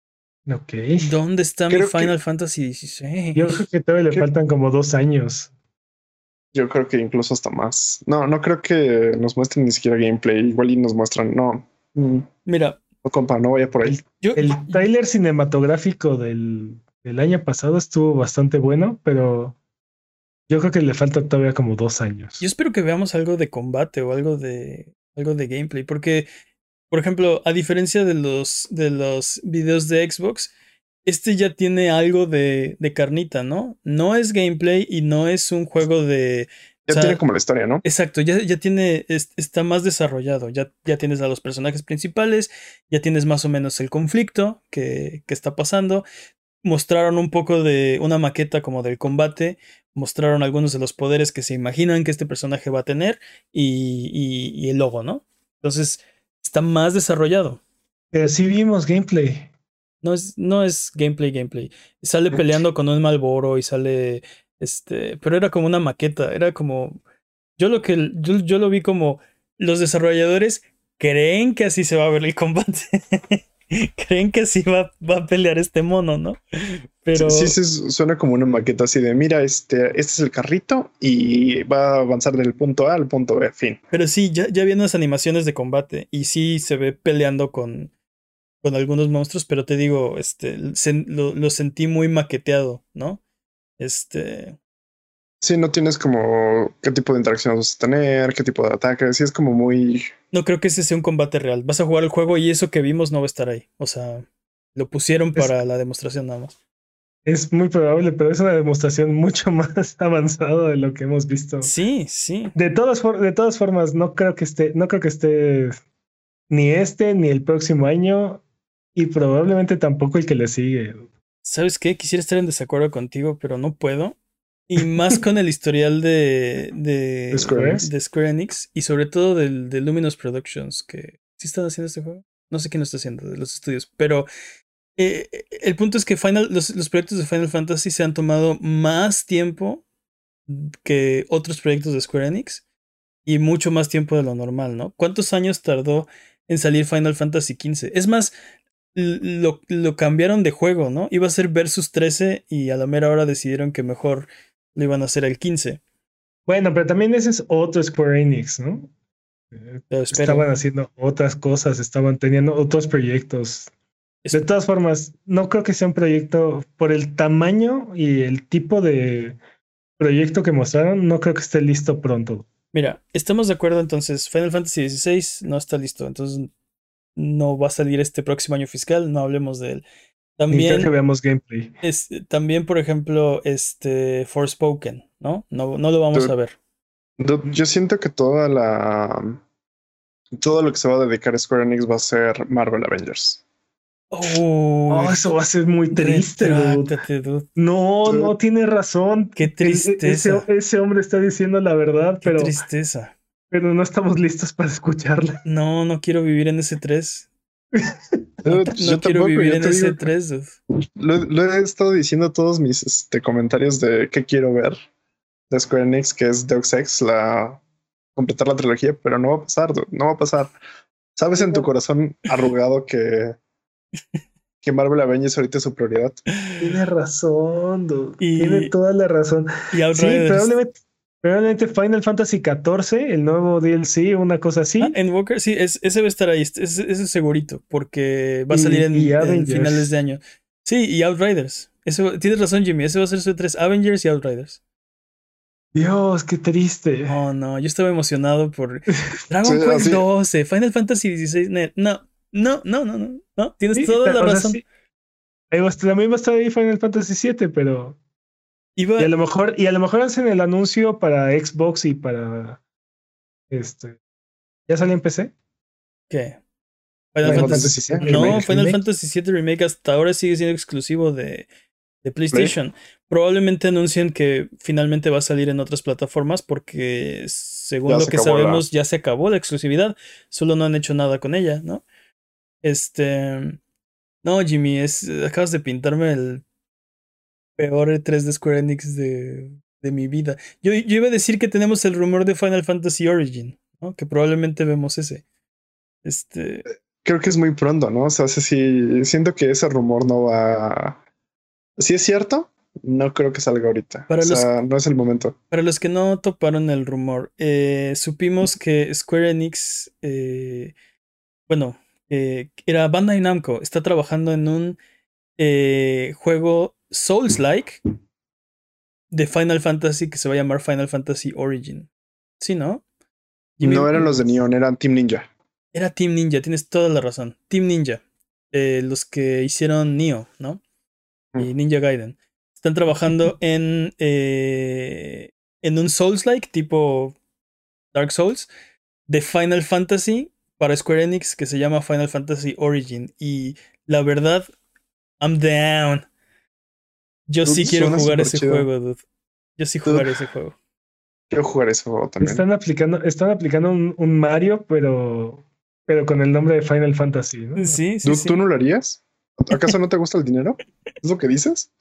Ok. ¿Dónde está mi Creo Final que- Fantasy dieciséis? Yo creo que todavía le ¿Qué? faltan como dos años. Yo creo que incluso hasta más. No, no creo que nos muestren ni siquiera gameplay. Igual y nos muestran. No, Mm, Mira, no, compa, no vaya por ahí. El, yo, el tráiler cinematográfico del, del año pasado estuvo bastante bueno, pero yo creo que le falta todavía como dos yo años. espero que veamos algo de combate o algo de algo de gameplay, porque por ejemplo, a diferencia de los de los videos de Xbox, este ya tiene algo de, de carnita, ¿no? No es gameplay y no es un juego de, o Ya tiene sea, como la historia, ¿no? exacto, ya, ya tiene, es- está más desarrollado, ya, ya tienes a los personajes principales, ya tienes más o menos el conflicto que, que está pasando. Mostraron un poco de una maqueta como del combate, mostraron algunos de los poderes que se imaginan que este personaje va a tener y, y, y el logo, ¿no? Entonces, está más desarrollado. Pero sí vimos gameplay. No es, no es gameplay, gameplay. Sale peleando con un Malboro y sale, este, pero era como una maqueta, era como, yo lo que, yo, yo lo vi como los desarrolladores creen que así se va a ver el combate. Creen que así va, va a pelear este mono, ¿no? Sí, sí, Pero, sí, suena como una maqueta así de, mira, este, este es el carrito y va a avanzar del punto A al punto B, fin. pero sí, ya, ya vi unas animaciones de combate y sí se ve peleando con, con algunos monstruos, pero te digo, este, se- lo, lo sentí muy maqueteado, ¿no? Este, Sí, no tienes como qué tipo de interacciones vas a tener, qué tipo de ataques, sí es como muy... no creo que ese sea un combate real. Vas a jugar el juego y eso que vimos no va a estar ahí. O sea, lo pusieron Es, para la demostración nada más. es muy probable, pero es una demostración mucho más avanzada de lo que hemos visto. Sí, sí. De todas, for- de todas formas, no creo que esté, no creo que esté ni este ni el próximo año y probablemente tampoco el que le sigue. ¿Sabes qué? Quisiera estar en desacuerdo contigo, pero no puedo. Y más con el historial de, de de, Square Enix. ¿Square? de Square Enix y sobre todo del, de Luminous Productions, que sí están haciendo este juego. No sé quién lo está haciendo de los estudios, pero eh, el punto es que Final, los, los proyectos de Final Fantasy se han tomado más tiempo que otros proyectos de Square Enix y mucho más tiempo de lo normal, ¿no? ¿Cuántos años tardó en salir Final Fantasy quince? Es más, lo, lo cambiaron de juego, ¿no? Iba a ser Versus trece y a la mera hora decidieron que mejor lo iban a hacer el quince. Bueno, pero también ese es otro Square Enix, ¿no? Eh, Pero espero. Estaban haciendo otras cosas, estaban teniendo otros proyectos. es- De todas formas, no creo que sea un proyecto por el tamaño y el tipo de proyecto que mostraron, no creo que esté listo pronto. Mira, estamos de acuerdo entonces. Final Fantasy dieciséis no está listo, entonces no va a salir este próximo año fiscal, no hablemos de él. Ni creo que También veamos gameplay. es, también, por ejemplo, este Forspoken, ¿no? No, no lo vamos a Dude, ver. dude, yo siento que toda la... Todo lo que se va a dedicar a Square Enix va a ser Marvel Avengers. Oh, Oh, eso va a ser muy triste, dude. retráctate, dude. No, Dude, no tiene razón. Qué El- e- ese, tristeza, ese hombre está diciendo la verdad, qué pero, tristeza. pero no estamos listos para escucharla. No, no quiero vivir en ese tres. No, dude, te- pues no yo quiero tampoco, vivir yo en te ese digo, tres, dude. lo, lo he estado diciendo todos mis este, comentarios de qué quiero ver de Square Enix, que es Deus Ex, la completar la trilogía, pero no va a pasar, dude, no va a pasar. Sabes en tu corazón arrugado que, que Marvel Avengers ahorita es su prioridad. Tiene razón, dude. Tiene Y, toda la razón. y Sí, Outriders. probablemente, probablemente Final Fantasy catorce, el nuevo D L C, una cosa Ah, así. Endwalker, sí, es, ese va a estar ahí, ese, ese es segurito, porque va a salir Y, y en, en finales Avengers. de año. Sí, y Outriders. Eso, tienes razón, Jimmy, ese va a ser su tres, Avengers y Outriders. Dios, qué triste. Oh, no, yo estaba emocionado por Sí, Dragon Quest así, doce, Final Fantasy dieciséis. net. No, no, no, no, no, no, tienes Sí, toda ta- la o sea, razón. sí. Ahí va a estar- También va a estar ahí Final Fantasy siete, pero. Y Iba, a lo mejor, y a lo mejor hacen el anuncio para Xbox y para este. ¿Ya salió en P C? ¿qué? Final Final Final Fantasy. Fantasy Fantasy siete siete No, Remake. Final Remake. Fantasy siete Remake hasta ahora sigue siendo exclusivo de, de Play. PlayStation. Probablemente anuncien que finalmente va a salir en otras plataformas porque, según Ya lo se que acabó la. sabemos, ya se acabó la exclusividad. Solo no han hecho nada con ella, ¿no? Este. No, Jimmy, es, acabas de pintarme el peor E tres de Square Enix de, de mi vida. Yo, yo iba a decir que tenemos el rumor de Final Fantasy Origin, ¿no? Que probablemente vemos ese. Este. creo que es muy pronto, ¿no? O sea, sí, sí, siento que ese rumor no va. Si es cierto, no creo que salga ahorita. O Para los, sea, no es el momento. para los que no toparon el rumor, eh, supimos que Square Enix, eh, bueno, eh, era Bandai Namco, está trabajando en un eh, juego Souls-like de Final Fantasy que se va a llamar Final Fantasy Origin. ¿Sí, no? Jimmy, No eran los de Neon, eran Team Ninja. era Team Ninja, tienes toda la razón. Team Ninja, eh, los que hicieron Nioh, ¿no? Y Mm. Ninja Gaiden. Están trabajando en, eh, en un Souls-like tipo Dark Souls de Final Fantasy para Square Enix que se llama Final Fantasy Origin. Y la verdad, I'm down. Yo Dude, sí quiero suena jugar súper ese chido. juego, dude. Yo sí Dude, jugaré ese juego. quiero jugar ese juego también. Están aplicando, están aplicando un, un Mario, pero, pero con el nombre de Final Fantasy, ¿no? Sí, sí, Dude, ¿tú sí. no lo harías? ¿Acaso no te gusta el dinero? ¿Es lo que dices?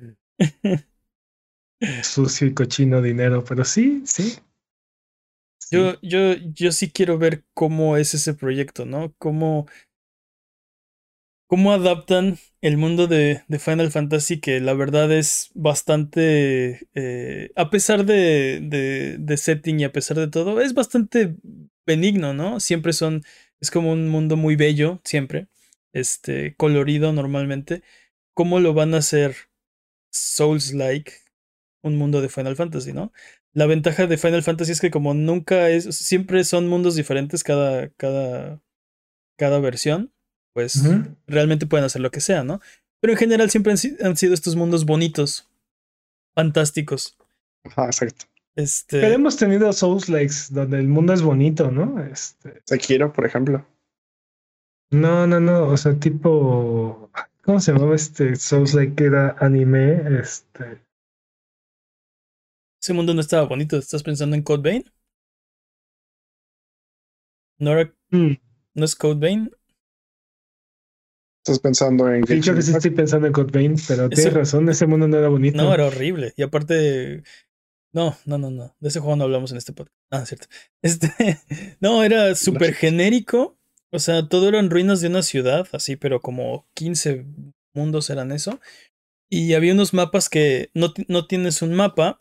Sucio y cochino dinero, pero sí, sí. sí. Yo, yo, yo sí quiero ver cómo es ese proyecto, ¿no? Cómo, cómo adaptan el mundo de, de Final Fantasy, que la verdad es bastante, eh, a pesar de, de, de setting y a pesar de todo, es bastante benigno, ¿no? Siempre son, es como un mundo muy bello, siempre, este, colorido normalmente. ¿Cómo lo van a hacer Souls-like un mundo de Final Fantasy, ¿no? La ventaja de Final Fantasy es que como nunca es, siempre son mundos diferentes cada, cada, cada versión, pues Ujú. realmente pueden hacer lo que sea, ¿no? Pero en general siempre han, si- han sido estos mundos bonitos, fantásticos. Ajá, exacto. Pero Este, hemos tenido Souls Likes donde el mundo es bonito, ¿no? Este, Sekiro, por ejemplo. no, no, no. O sea, tipo, ¿cómo se llamaba este Souls Like que era anime? Este, ese mundo no estaba bonito. ¿Estás pensando en Code Vein? ¿No, era- mm, no es Code Vein? Estás pensando en sí, creo Genshin que sí Impact. estoy pensando en Code Vein, pero tienes Ese, razón, ese mundo no era no, bonito. era horrible. Y aparte, no, no, no, no. De ese juego no hablamos en este podcast. Ah, es cierto. Este, no, era súper genérico. O sea, todo eran ruinas de una ciudad, así, pero como quince mundos eran eso. Y había unos mapas que no, ti- no tienes un mapa.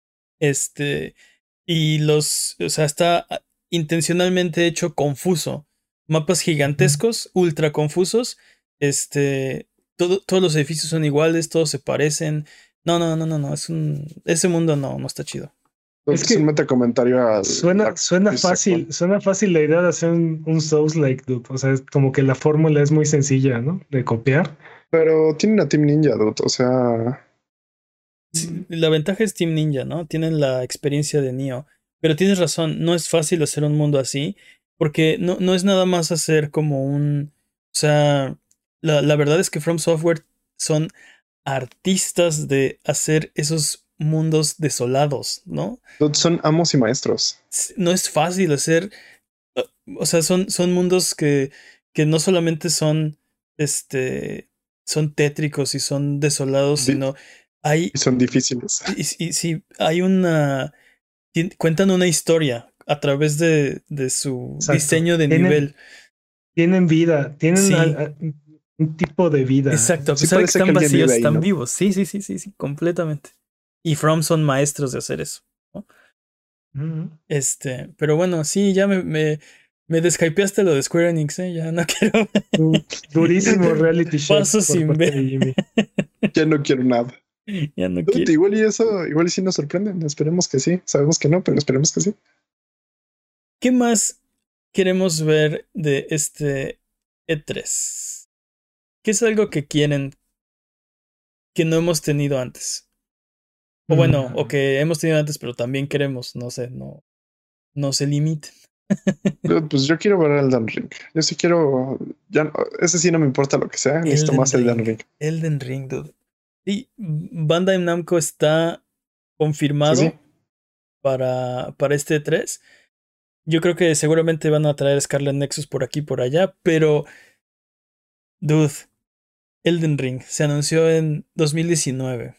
Este, y los, o sea, está ah, intencionalmente hecho confuso. Mapas Ujú. gigantescos, ultra confusos. Este, todo, todos los edificios son iguales, todos se parecen. No, no, no, no, no, es un, ese mundo no, no está chido. Es Es un que metacomentario a suena, la suena crisis actual. fácil, suena fácil la idea de hacer un, un Souls Like, dude. O sea, es como que la fórmula es muy sencilla, ¿no? De copiar. Pero tienen a Team Ninja, dude. O sea, Sí, la ventaja es Team Ninja, ¿no? Tienen la experiencia de Nioh. Pero tienes razón, no es fácil hacer un mundo así, porque no, no es nada más hacer como un... O sea, la, la verdad es que From Software son artistas de hacer esos mundos desolados, ¿no? dude, son amos y maestros. S- No es fácil hacer... uh, O sea, son, son mundos que, que no solamente son, este, son tétricos y son desolados, Di- sino hay Y son difíciles. y, y sí, hay una. tien- Cuentan una historia a través de, de su Exacto. diseño de Tienen, nivel. tienen vida, tienen a- Sí, a- un tipo de vida. exacto. A Sí pesar de que parece que están alguien vacíos, vive ahí, están ¿no? vivos. Sí, sí, sí, sí, sí, completamente. Y From son maestros de hacer eso, ¿no? Ujú. Este, pero bueno, sí, ya me, me, me deshypeaste lo de Square Enix, ¿eh? Ya no quiero. Du- Durísimo reality check Paso por sin parte ver. de Jimmy. Ya no quiero nada. Ya no Dude, quiero. igual y eso, igual y sí nos sorprenden. Esperemos que sí. Sabemos que no, pero esperemos que sí. ¿Qué más queremos ver de este E tres? ¿Qué es algo que quieren que no hemos tenido antes? O bueno, o Mm. que hemos tenido antes, pero también queremos, no sé, no, no se limiten. Dude, pues yo quiero ver Elden Ring. Yo sí quiero. Ya no- ese sí no me importa lo que sea. Necesito Elden más Elden Ring, Ring. Elden Ring, dude. Sí, Bandai Namco está Sí, sí. confirmado para, para este E tres. Yo creo que seguramente van a traer Scarlet Nexus por aquí y por allá, pero, dude, Elden Ring se anunció en dos mil diecinueve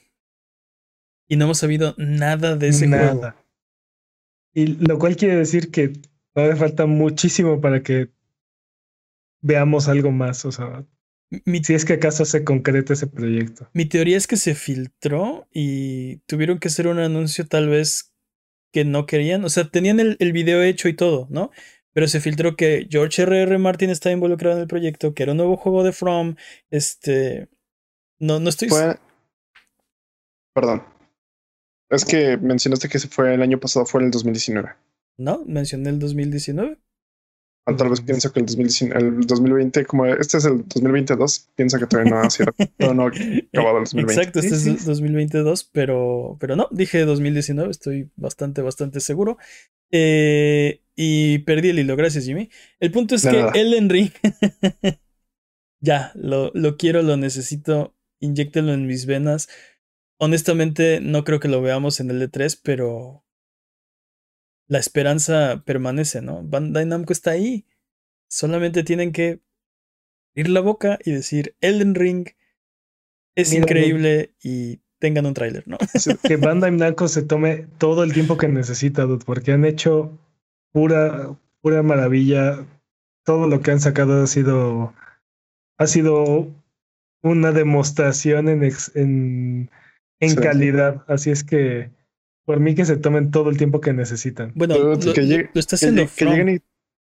y no hemos sabido nada de ese juego. Nada. Y lo cual quiere decir que todavía falta muchísimo para que veamos algo más, o sea, Mi, si es que acaso se concreta ese proyecto. mi teoría es que se filtró y tuvieron que hacer un anuncio tal vez que no querían. O sea, tenían el, el video hecho y todo, ¿no? Pero se filtró que George R R. Martin estaba involucrado en el proyecto, que era un nuevo juego de From. Este. No, no estoy. Fue, perdón. Es que mencionaste que se fue el año pasado, fue en el dos mil diecinueve. No, mencioné el dos mil diecinueve. O tal vez pienso que el, dos mil diecinueve, el dos mil veinte, como este es el dos mil veintidós, piensa que todavía no ha sido, todavía no ha acabado el dos mil veinte. Exacto, este Sí, es sí. dos mil veintidós, pero, pero no, dije dos mil diecinueve, estoy bastante, bastante seguro. Eh, y perdí el hilo, gracias Jimmy. El punto es De que nada. Elden Ring, ya, lo, lo quiero, lo necesito, inyéctenlo en mis venas. Honestamente, no creo que lo veamos en el E tres, pero la esperanza permanece, ¿no? Bandai Namco está ahí. Solamente tienen que abrir la boca y decir Elden Ring es Mira, increíble y tengan un tráiler, ¿no? que Bandai Namco se tome todo el tiempo que necesita, dude, porque han hecho pura, pura maravilla. Todo lo que han sacado ha sido, ha sido una demostración en, ex- en, en Sí. calidad. Así es que, por mí, que se tomen todo el tiempo que necesitan. Bueno, Pero lo, que lo- llegue- lo está que haciendo llegue- que From. lleguen y-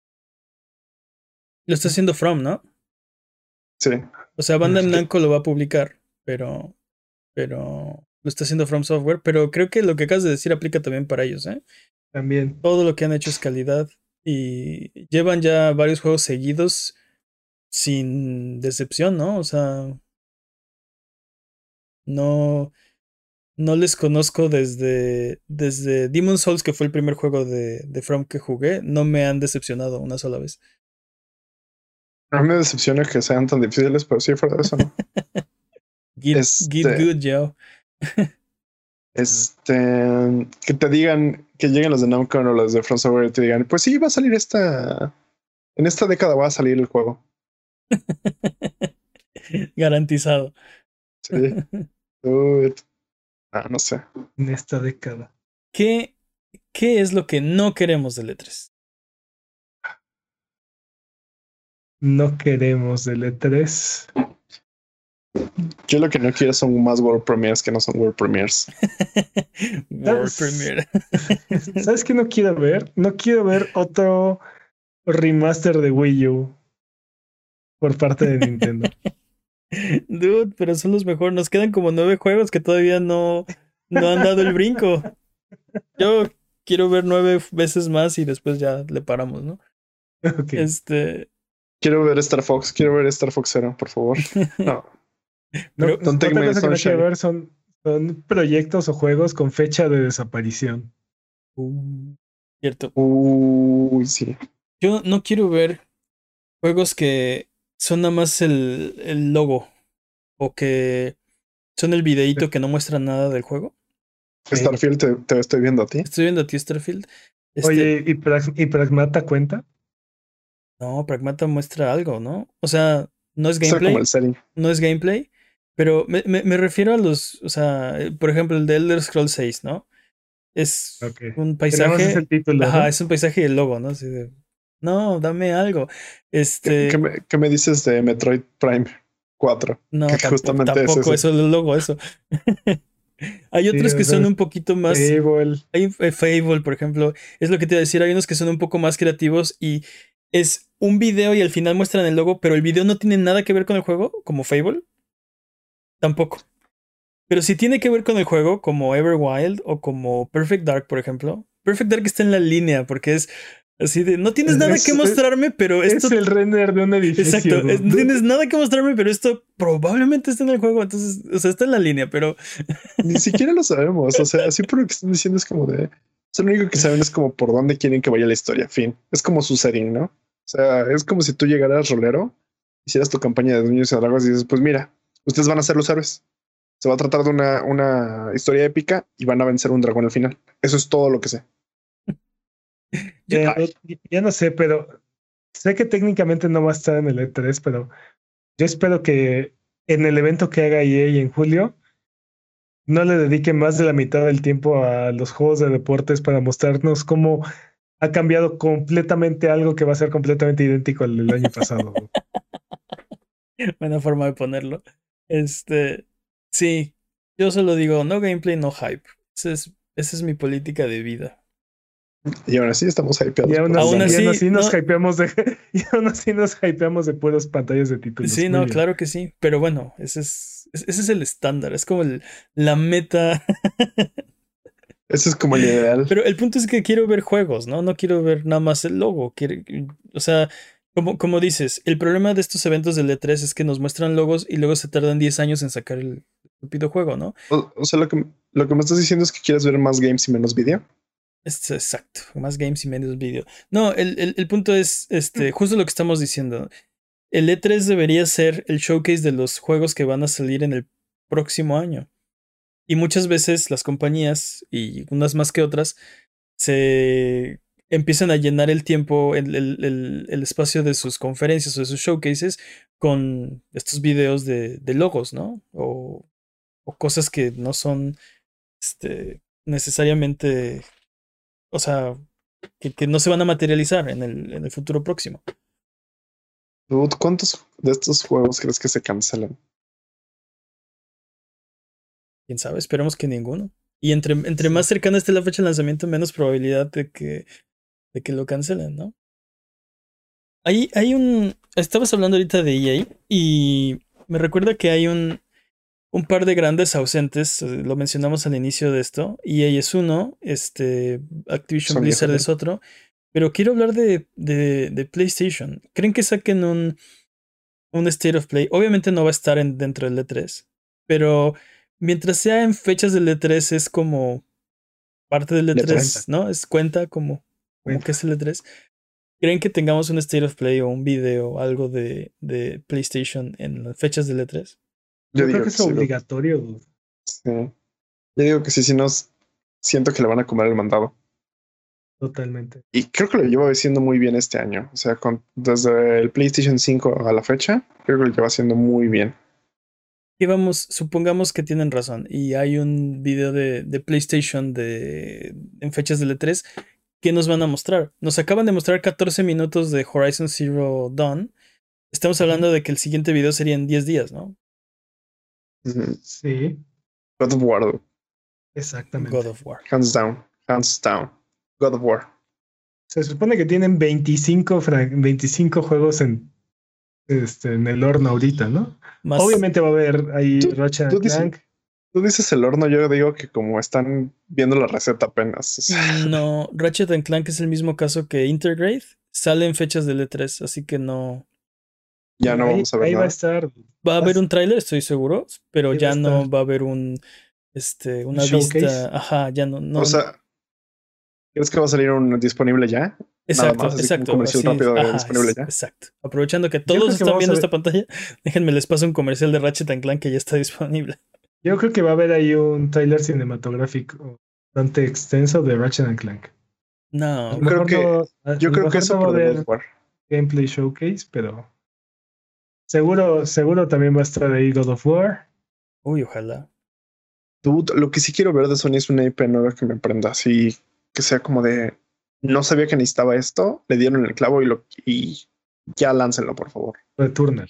Lo está haciendo From, ¿no? Sí, O sea, Bandai Sí. Namco lo va a publicar, pero, pero lo está haciendo From Software. Pero creo que lo que acabas de decir aplica también para ellos, ¿eh? También. Todo lo que han hecho es calidad y llevan ya varios juegos seguidos sin decepción, ¿no? O sea, no, no les conozco desde, desde Demon's Souls, que fue el primer juego de, de From que jugué, no me han decepcionado una sola vez. a mí me decepciona que sean tan difíciles, pero sí, fuera de eso, ¿no? Get, Este- get good, yo. Este, que te digan, que lleguen los de Namco o los de From Software y te digan, pues sí, va a salir esta, en esta década va a salir el juego. Garantizado. Sí. Dude. Ah, no sé. En esta década. ¿Qué, ¿Qué es lo que no queremos del E tres? No queremos del E tres. Yo lo que no quiero son más World Premiers que no son World Premiers. World ¿Sabes? Premiere. ¿Sabes qué no quiero ver? No quiero ver otro remaster de Wii U por parte de Nintendo. Dude, pero son los mejores. Nos quedan como nueve juegos que todavía no, no han dado el brinco. Yo quiero ver nueve veces más y después ya le paramos, ¿no? Ok. Este. Quiero ver Star Fox, quiero ver Star Fox Zero, por favor. No. No, Pero- Don't take otra my cosa que no sunshine. quiero ver son, son proyectos o juegos con fecha de desaparición. Uh, cierto. Uy, sí. Yo no quiero ver juegos que son nada más el, el logo o que son el videíto que no muestran nada del juego. Sí. Starfield, te, te estoy viendo a ti. Estoy viendo a ti, Starfield. Este, Oye, ¿y, Prag- ¿y Pragmata cuenta? No, Pragmata muestra algo, ¿no? O sea, no es Ser gameplay. como el setting. No es gameplay, pero me, me, me refiero a los, o sea, eh, por ejemplo, el de Elder Scrolls seis, ¿no? Es Ok. un Que nada más es paisaje, el título, ajá, ¿no? es un paisaje y el logo, ¿no? Así de, no, dame algo. ¿Qué, Este, qué me, qué me dices de Metroid Prime cuatro? no, que tampoco, justamente es tampoco eso. eso es el logo, eso. Hay otros Sí, que o sea, son un poquito más, Fable. hay eh, Fable, por ejemplo, es lo que te iba a decir, hay unos que son un poco más creativos y es un video y al final muestran el logo, pero el video no tiene nada que ver con el juego, como Fable. Tampoco. Pero si tiene que ver con el juego, como Everwild o como Perfect Dark, por ejemplo. Perfect Dark está en la línea porque es así de, no tienes nada Es- que mostrarme, pero esto... Es el render de un edificio. Exacto, es- no dude. tienes nada que mostrarme, pero esto probablemente está en el juego, entonces, o sea, está en la línea, pero... Ni siquiera lo sabemos. O sea, así por lo que están diciendo es como de. O sea, lo único que saben es como por dónde quieren que vaya la historia. Fin. Es como su setting, ¿no? O sea, es como si tú llegaras rolero, hicieras tu campaña de Dungeons and Dragons y dices, pues mira, ustedes van a ser los héroes. Se va a tratar de una, una historia épica y van a vencer un dragón al final. Eso es todo lo que sé. Yo- Eh, Ay. ya no sé, pero sé que técnicamente no va a estar en el E tres, pero yo espero que en el evento que haga E A en julio no le dedique más de la mitad del tiempo a los juegos de deportes para mostrarnos cómo ha cambiado completamente algo que va a ser completamente idéntico al del año pasado. Buena forma de ponerlo. Este, sí, yo solo digo, no gameplay, no hype. Esa es, esa es mi política de vida. Y aún así estamos Y hypeados. aún por así, Aún el y aún así, así nos no, hypeamos de y aún así nos hypeamos de puras pantallas de títulos. sí, Muy no, bien. claro que sí. Pero bueno, ese es, ese es el estándar. Es como el- la meta. Ese es como el ideal. Pero el punto es que quiero ver juegos, ¿no? No quiero ver nada más el logo. Quiero- o sea, como, como dices, el problema de estos eventos del E tres es que nos muestran logos y luego se tardan diez años en sacar el estúpido juego, ¿no? O, o sea, lo que, lo que me estás diciendo es que quieres ver más games y menos video. Es exacto, más games y menos video. No, el, el, el punto es este, justo lo que estamos diciendo. El E tres debería ser el showcase de los juegos que van a salir en el próximo año. Y muchas veces las compañías, y unas más que otras, se empiezan a llenar el tiempo, el, el, el, el espacio de sus conferencias o de sus showcases con estos videos de, de logos, ¿no? O, o cosas que no son este, necesariamente, o sea, que, que no se van a materializar en el, en el futuro próximo. Dude, ¿cuántos de estos juegos crees que se cancelan? Quién sabe, esperemos que ninguno. Y entre, entre más cercana esté la fecha de lanzamiento, menos probabilidad de que, de que lo cancelen, ¿no? Hay, hay un. Estabas hablando ahorita de E A y me recuerda que hay un, un par de grandes ausentes. eh, Lo mencionamos al inicio de esto. E A es uno, este, Activision Sony es Blizzard otro. es otro. Pero quiero hablar de, de, de PlayStation. ¿Creen que saquen un, un State of Play? Obviamente no va a estar en, dentro del E tres, pero mientras sea en fechas del E tres es como parte del E tres, ¿no? Es cuenta como, como que es el E tres. ¿Creen que tengamos un State of Play o un video, algo de, de PlayStation en las fechas del E tres? Yo, Yo creo digo que que es sí. obligatorio. Dude. Sí. Yo digo que sí, si no, s- siento que le van a comer el mandado. Totalmente. Y creo que lo lleva haciendo muy bien este año. O sea, con, desde el PlayStation cinco a la fecha, creo que lo lleva haciendo muy bien. Y vamos, supongamos que tienen razón y hay un video de, de PlayStation de, en fechas del E tres. ¿Qué nos van a mostrar? Nos acaban de mostrar catorce minutos de Horizon Zero Dawn. Estamos hablando de que el siguiente video sería en diez días, ¿no? Ujú. Sí, God of War, dude. exactamente. God of War. Hands down. Hands down. God of War. Se supone que tienen veinticinco, fra- veinticinco juegos en, este, en el horno ahorita, ¿no? Más, Obviamente va a haber ahí Tú- Ratchet tú and dices- Clank. Tú dices el horno, yo digo que como están viendo la receta apenas. O sea, no, Ratchet and Clank es el mismo caso que Intergrade. Sale en fechas del E tres, así que no. ya no ahí, vamos a ver ahí va a nada. estar. Va a haber Vas- un tráiler, estoy seguro, pero ahí va ya a no estar va a haber un, este, una showcase. vista. Ajá, ya no, no. O sea, ¿crees que va a salir un disponible ya? exacto, más, así como un exacto. comercial así, rápido de ajá, disponible es- ya. exacto. Aprovechando que creo todos que están vamos a viendo ver- esta pantalla, déjenme les paso un comercial de Ratchet and Clank que ya está disponible. Yo creo que va a haber ahí un trailer cinematográfico bastante extenso de Ratchet and Clank. No, A lo Yo creo mejor que- no- a Yo lo creo que mejor eso no va a por The God haber of War. gameplay showcase, pero seguro, seguro también va a estar ahí God of War. uy, ojalá. Dude, lo que sí quiero ver de Sony es una I P nueva que me prenda, así que sea como de no sabía que necesitaba esto, le dieron el clavo y lo y ya láncenlo, por favor. Returnal.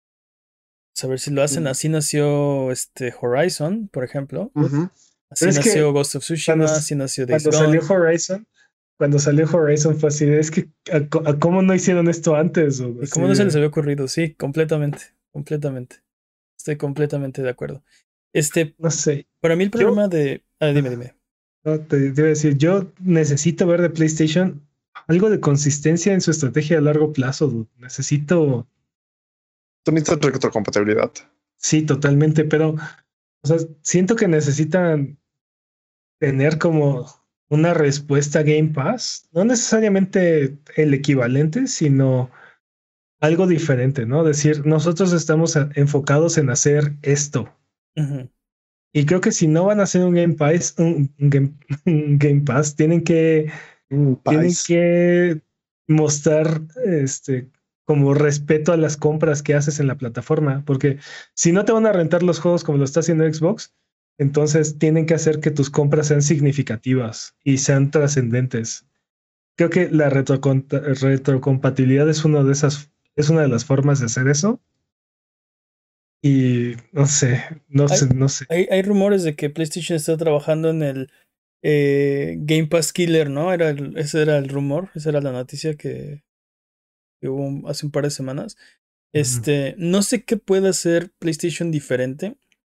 A ver si lo hacen. Mm. Así nació este Horizon, por ejemplo. Así Pero es que nació Ghost of Tsushima, cuando- así nació Days Cuando Gone. salió Horizon, cuando salió Horizon fue así, de, es que ¿a, co- a cómo no hicieron esto antes? O ¿Y así cómo no se de- les había ocurrido? Sí, completamente, completamente. Estoy completamente de acuerdo. Este, No sé. para mí el problema de... Ah, dime, dime. No, te, te iba a decir, yo necesito ver de PlayStation algo de consistencia en su estrategia a largo plazo, dude. Necesito, Tú necesitas retrocompatibilidad. sí, totalmente, pero o sea, siento que necesitan tener como una respuesta a Game Pass, no necesariamente el equivalente, sino algo diferente, ¿no? Decir, nosotros estamos a- enfocados en hacer esto. Ujú. Y creo que si no van a hacer un Game Pass, un, un Game, un Game Pass, tienen que Mm, tienen pais. que mostrar este como respeto a las compras que haces en la plataforma, porque si no te van a rentar los juegos como lo está haciendo Xbox, entonces tienen que hacer que tus compras sean significativas y sean trascendentes. Creo que la retrocont- retrocompatibilidad es una de esas, es una de las formas de hacer eso. Y no sé, no Hay, sé, no sé. hay, hay rumores de que PlayStation está trabajando en el eh, Game Pass Killer, ¿no? Era el- ese era el rumor, esa era la noticia que, que hubo hace un par de semanas. Ujú. Este, no sé qué puede hacer PlayStation diferente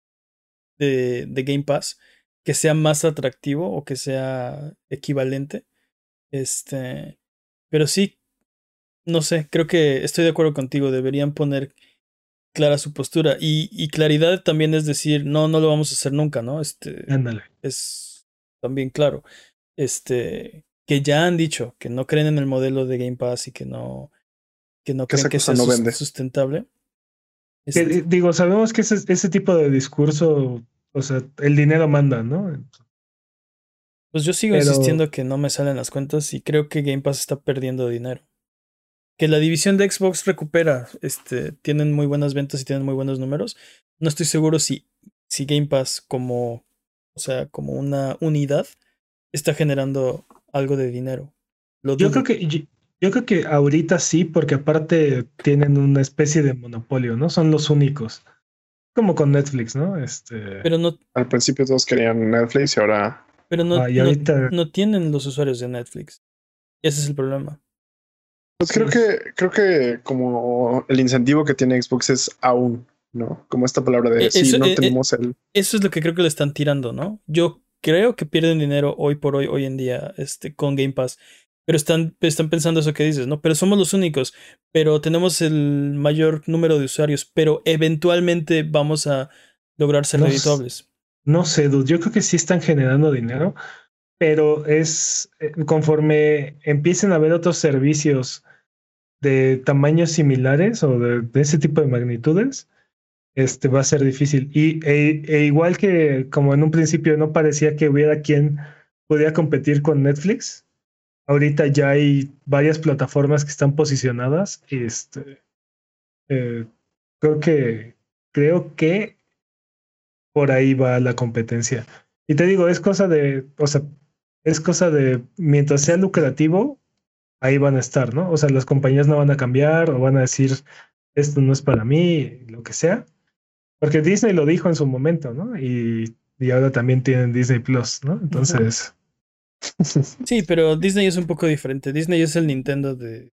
de, de Game Pass que sea más atractivo o que sea equivalente. Este, pero sí, no sé, creo que estoy de acuerdo contigo. Deberían poner clara su postura. Y, y claridad también es decir, no, no lo vamos a hacer nunca, ¿no? Este, Ándale. es también claro. Este, que ya han dicho que no creen en el modelo de Game Pass y que no, que no Que creen esa que cosa sea no sus- vende. sustentable. Que, Este, eh, digo, sabemos que ese, ese tipo de discurso, o sea, el dinero manda, ¿no? pues yo sigo Pero insistiendo que no me salen las cuentas y creo que Game Pass está perdiendo dinero. Que la división de Xbox recupera, este, tienen muy buenas ventas y tienen muy buenos números. No estoy seguro si, si Game Pass como, o sea, como una unidad está generando algo de dinero. Lo yo creo dudo. que yo, yo creo que ahorita sí, porque aparte tienen una especie de monopolio, ¿no? Son los únicos. Como con Netflix, ¿no? Este, Pero no, Al principio todos querían Netflix y ahora, pero no, ah, y no, ahorita no tienen los usuarios de Netflix. Ese es el problema. pues creo sí, que, creo que como el incentivo que tiene Xbox es aún, ¿no? Como esta palabra de E- sí, Eso, no e- e- tenemos el, eso es lo que creo que le están tirando, ¿no? Yo creo que pierden dinero hoy por hoy, hoy en día, este, con Game Pass. Pero están, están pensando eso que dices, ¿no? Pero somos los únicos, pero tenemos el mayor número de usuarios, pero eventualmente vamos a lograr ser no, s- redituables. no sé, dude, yo creo que sí están generando dinero, pero es eh, conforme empiecen a haber otros servicios de tamaños similares o de, de ese tipo de magnitudes, este va a ser difícil. Y e, e igual que como en un principio no parecía que hubiera quien podía competir con Netflix, ahorita ya hay varias plataformas que están posicionadas. Y este, eh, creo que creo que por ahí va la competencia. Y te digo, es cosa de, o sea, es cosa de mientras sea lucrativo, ahí van a estar, ¿no? O sea, las compañías no van a cambiar o van a decir esto no es para mí, lo que sea. Porque Disney lo dijo en su momento, ¿no? Y, y ahora también tienen Disney Plus, ¿no? Ujú. Entonces, Sí, pero Disney es un poco diferente. Disney es el Nintendo de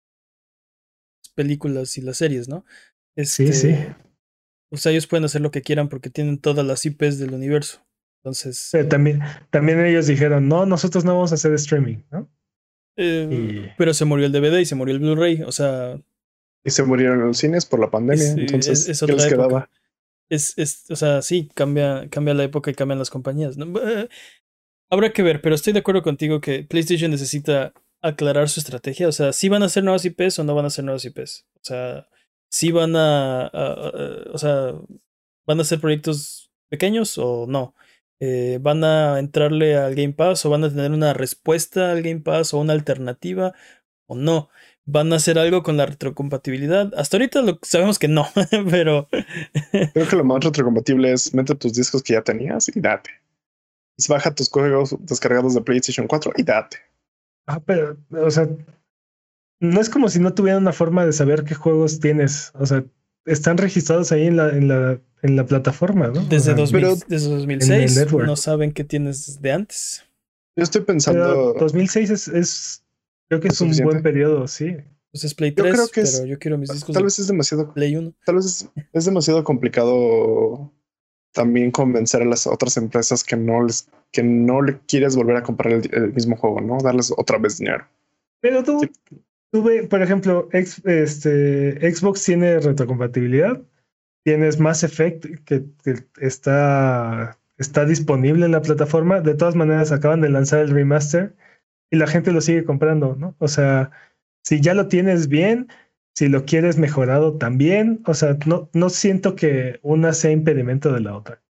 las películas y las series, ¿no? sí, sí. Este, o sea, ellos pueden hacer lo que quieran porque tienen todas las I Ps del universo. Entonces, Pero también, también ellos dijeron, no, nosotros no vamos a hacer streaming, ¿no? eh, Y pero se murió el D V D y se murió el Blu-ray. O sea, y se murieron los cines por la pandemia, es, eh, es, entonces, es ¿qué otra les época. quedaba? Es, es, o sea, sí, cambia, cambia la época y cambian las compañías, ¿no? Eh, Habrá que ver, pero estoy de acuerdo contigo que PlayStation necesita aclarar su estrategia. O sea, si van a hacer nuevas I Ps o no van a hacer nuevas I Ps. O sea, si van a, a- a- o sea, van a hacer proyectos pequeños o no. Eh, van a entrarle al Game Pass o van a tener una respuesta al Game Pass o una alternativa o no. Van a hacer algo con la retrocompatibilidad. Hasta ahorita lo, sabemos que no, pero Creo que lo más retrocompatible es mete tus discos que ya tenías y date. Y baja tus juegos descargados de PlayStation cuatro y date. ah, pero, o sea, no es como si no tuvieran una forma de saber qué juegos tienes. O sea, están registrados ahí en la, en la, en la plataforma, ¿no? O desde sea, dos mil, Pero desde en el dos mil seis network. no saben qué tienes de antes. yo estoy Pero pensando dos mil seis es, es, creo que es es un buen suficiente. periodo, sí. Pues es Play Yo creo tres, que pero es, yo quiero mis discos tal de vez es demasiado, Play uno. tal vez es, es demasiado complicado también convencer a las otras empresas que no les, que no le quieres volver a comprar el, el mismo juego, ¿no? Darles otra vez dinero. Pero Sí. tú, tuve, por ejemplo, ex- este, Xbox tiene retrocompatibilidad. Tienes Mass Effect que, que está, está disponible en la plataforma. De todas maneras, acaban de lanzar el remaster y la gente lo sigue comprando, ¿no? O sea, si ya lo tienes bien, si lo quieres mejorado también, o sea, no, no siento que una sea impedimento de la otra.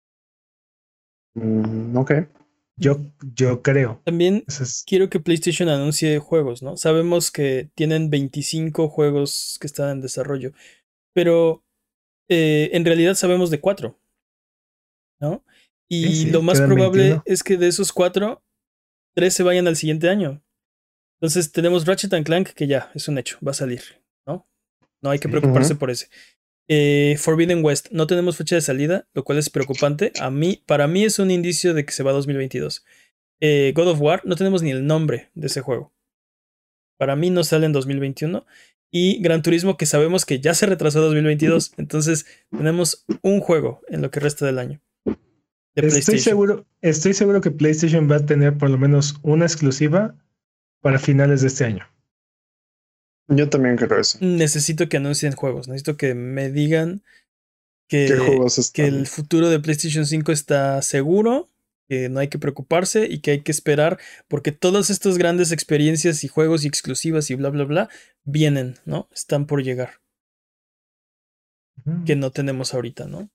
Mm, ok. Yo, yo creo. También Eso es, quiero que PlayStation anuncie juegos, ¿no? Sabemos que tienen veinticinco juegos que están en desarrollo, pero eh, en realidad sabemos de cuatro, ¿no? sí, Y lo sí, más quedan probable veintiuno. es que de esos cuatro, tres se vayan al siguiente año. Entonces tenemos Ratchet and Clank que ya es un hecho, va a salir, ¿no? No hay que Sí. preocuparse Ujú. por ese. Eh, Forbidden West, no tenemos fecha de salida, lo cual es preocupante. A mí, para mí es un indicio de que se va a dos mil veintidós. Eh, God of War, no tenemos ni el nombre de ese juego. Para mí no sale en dos mil veintiuno. Y Gran Turismo, que sabemos que ya se retrasó a dos mil veintidós. Entonces tenemos un juego en lo que resta del año. De estoy, seguro, estoy seguro que PlayStation va a tener por lo menos una exclusiva para finales de este año. Yo también creo eso. Necesito que anuncien juegos. Necesito que me digan que, ¿Qué juegos están? que el futuro de PlayStation cinco está seguro, que no hay que preocuparse y que hay que esperar, porque todas estas grandes experiencias y juegos y exclusivas y bla, bla, bla, vienen, ¿no? Están por llegar. Mm. Que no tenemos ahorita, ¿no?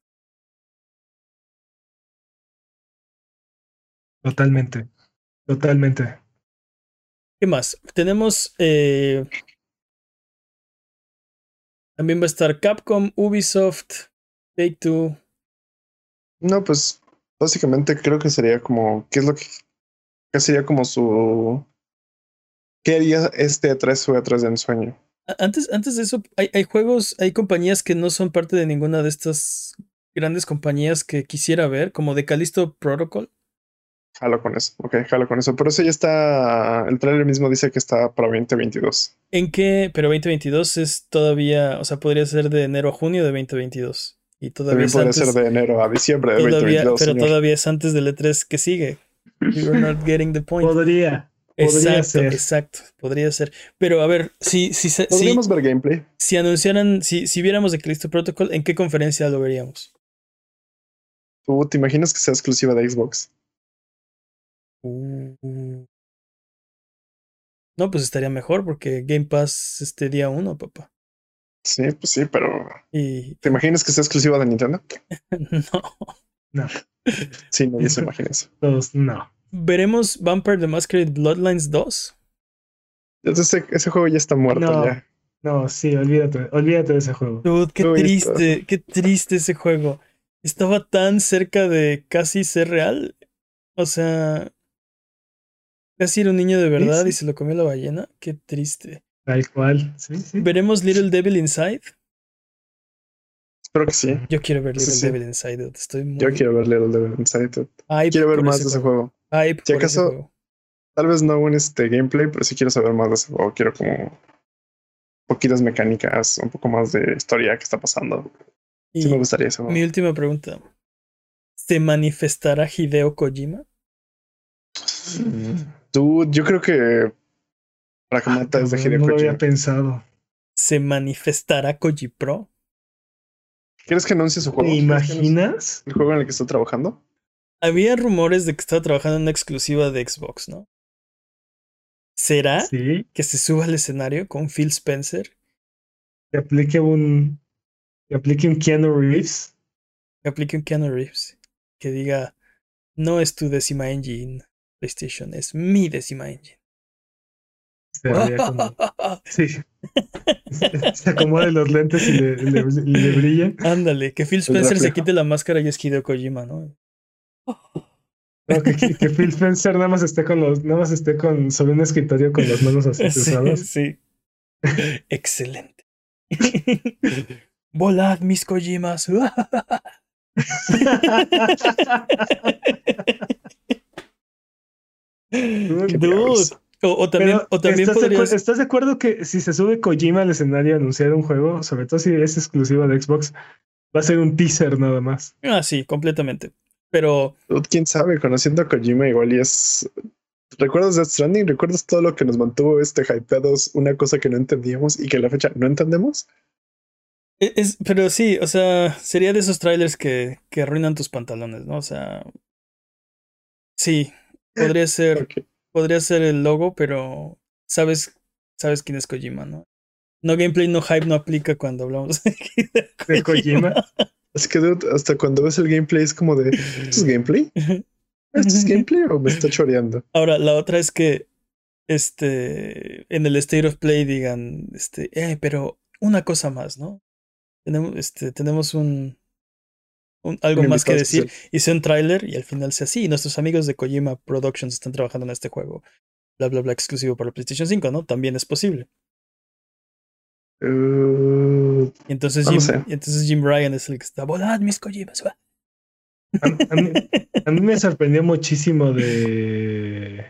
Totalmente. Totalmente. ¿Qué más? Tenemos... Eh, también va a estar Capcom, Ubisoft, Take-Two. No, pues básicamente creo que sería como, ¿qué es lo que, qué sería como su, qué haría este E tres o E tres de ensueño? Antes, antes de eso, hay, hay juegos, hay compañías que no son parte de ninguna de estas grandes compañías que quisiera ver, como de Callisto Protocol. Jalo con eso, ok, jalo con eso. Pero eso ya está, el trailer mismo dice que está para veinte veintidós. ¿En qué? Pero veinte veintidós es todavía, o sea, podría ser de enero a junio de veinte veintidós. Y todavía También es podría antes, ser de enero a diciembre de todavía, veinte veintidós. pero Señor. todavía es antes del E tres que sigue. You're not getting the point. Podría. Podría Exacto, ser. exacto, podría ser. Pero a ver, si, si, si, Podríamos ver gameplay. si anunciaran, si, si viéramos de Callisto Protocol, ¿en qué conferencia lo veríamos? ¿Tú te imaginas que sea exclusiva de Xbox? Uh, uh. No, pues estaría mejor porque Game Pass este día uno, papá. Sí, pues sí, pero Y ¿te imaginas que sea exclusiva de Nintendo? no. No. Sí, nadie se imagina eso. Todos, no. ¿Veremos Vampire the Masquerade Bloodlines dos? Ese, ese juego ya está muerto No. ya. No, sí, olvídate, olvídate de ese juego. Dude, qué Uy, triste, está- qué triste ese juego. Estaba tan cerca de casi ser real. O sea, casi era un niño de verdad sí. y se lo comió la ballena. Qué triste. Tal cual. Sí, sí. ¿Veremos Little Devil Inside? Espero que sí. Yo quiero ver Sí, Little sí. Devil Inside, dude. Estoy muy Yo quiero ver Little Devil Inside. hype Quiero ver por más ese de ese juego. juego. Hype Si por ese acaso- juego. Tal vez no un este gameplay, pero sí quiero saber más de ese juego. Quiero como poquitas mecánicas, un poco más de historia que está pasando. Y Sí me gustaría ese mi juego. última pregunta. ¿Se manifestará Hideo Kojima? Tú, yo creo que Pragmata es de Cabrón, Hideo no lo había Kojima. pensado. ¿Se manifestará Koji Pro? ¿Quieres que anuncie su juego? ¿Te ¿Quieres que anuncie imaginas? el juego en el que está trabajando? Había rumores de que estaba trabajando en una exclusiva de Xbox, ¿no? ¿Será Sí, que se suba al escenario con Phil Spencer? que aplique un que aplique un Keanu Reeves. Que aplique un Keanu Reeves. Que diga, no es tu décima engine, PlayStation, es mi décima engine. Se vería como- sí. Se acomoda los lentes y le, le, le brilla. Ándale, que Phil Spencer se reflejo. quite la máscara y es Hideo Kojima, ¿no? No, que, que- que Phil Spencer nada más esté con los, nada más esté con sobre un escritorio con las manos así Sí, cruzadas. sí. Excelente. Volad mis Kojimas. Dude. diablos. O, o también, Pero, o también ¿estás, de podrías. acuer- ¿estás de acuerdo que si se sube Kojima al escenario a anunciar un juego, sobre todo si es exclusiva de Xbox, va a ser un teaser nada más? Ah, sí, completamente. Pero Dude, ¿quién sabe? Conociendo a Kojima igual y es... ¿Recuerdas Death Stranding? ¿Recuerdas todo lo que nos mantuvo este hypeados? Una cosa que no entendíamos y que a la fecha no entendemos. e- es, pero sí, o sea, sería de esos trailers que, que arruinan tus pantalones, ¿no? O sea, sí, podría ser, Ok. podría ser el logo, pero sabes, sabes quién es Kojima, ¿no? No gameplay, no hype, no aplica cuando hablamos de De Kojima. Es que dude, hasta cuando ves el gameplay es como de... ¿Esto es gameplay? ¿Esto es gameplay o me está choreando? Ahora, la otra es que este en el State of Play digan, este, eh, pero una cosa más, ¿no? Tenemos, este, tenemos un, un- algo Un más que invitado decir. especial. Hice un tráiler y al final sea así. Nuestros amigos de Kojima Productions están trabajando en este juego. Bla, bla, bla, exclusivo para PlayStation cinco, ¿no? También es posible. Uh, dude. Y entonces, No Jim, lo sé. y entonces Jim Ryan es el que está volando mis Kojimas. va". A, a mí, a mí me sorprendió muchísimo de,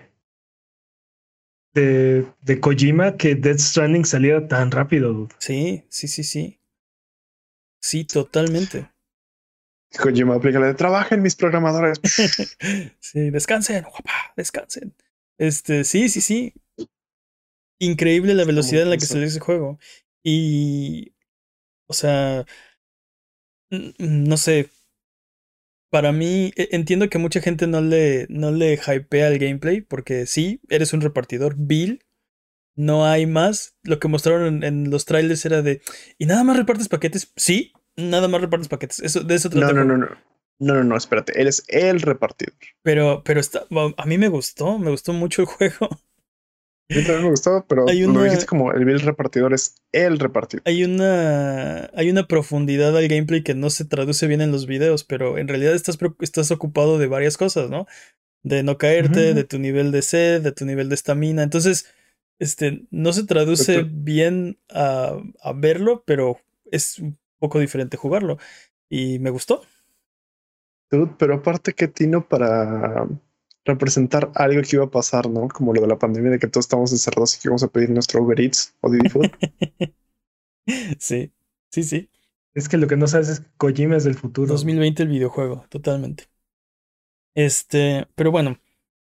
de, de Kojima que Death Stranding saliera tan rápido, dude. Sí, sí, sí, sí. Sí, totalmente. Kojima, aplícale de trabajen mis programadores. Sí, descansen, guapa, descansen. Este, sí, sí, sí. Increíble la Está muy velocidad en la que intenso. salió ese juego. Y, o sea, n- no sé, para mí, e- entiendo que mucha gente no le, no le hypea el gameplay, porque sí, eres un repartidor vil, no hay más. Lo que mostraron en, en los trailers era de, ¿y nada más repartes paquetes? Sí, nada más repartes paquetes. Eso, de eso trata No, el no, no, juego. no. No, no, no, espérate. Él es el repartidor. Pero, pero está, a mí me gustó, me gustó mucho el juego. A mí también me gustó, pero Hay lo dijiste una, como el vil repartidor es el repartidor. hay una, hay una profundidad al gameplay que no se traduce bien en los videos, pero en realidad estás, preocu- estás ocupado de varias cosas, ¿no? De no caerte, Ujú. de tu nivel de sed, de tu nivel de estamina. Entonces, este, no se traduce Pero- bien a, a verlo, pero es un poco diferente jugarlo. Y me gustó. Dude, pero aparte que Tino para representar algo que iba a pasar, ¿no? Como lo de la pandemia, de que todos estamos encerrados y que íbamos a pedir nuestro Uber Eats o Didi Food. Sí, sí, sí. Es que lo que no sabes es que Kojima es del futuro. dos mil veinte el videojuego, totalmente. Este, pero bueno,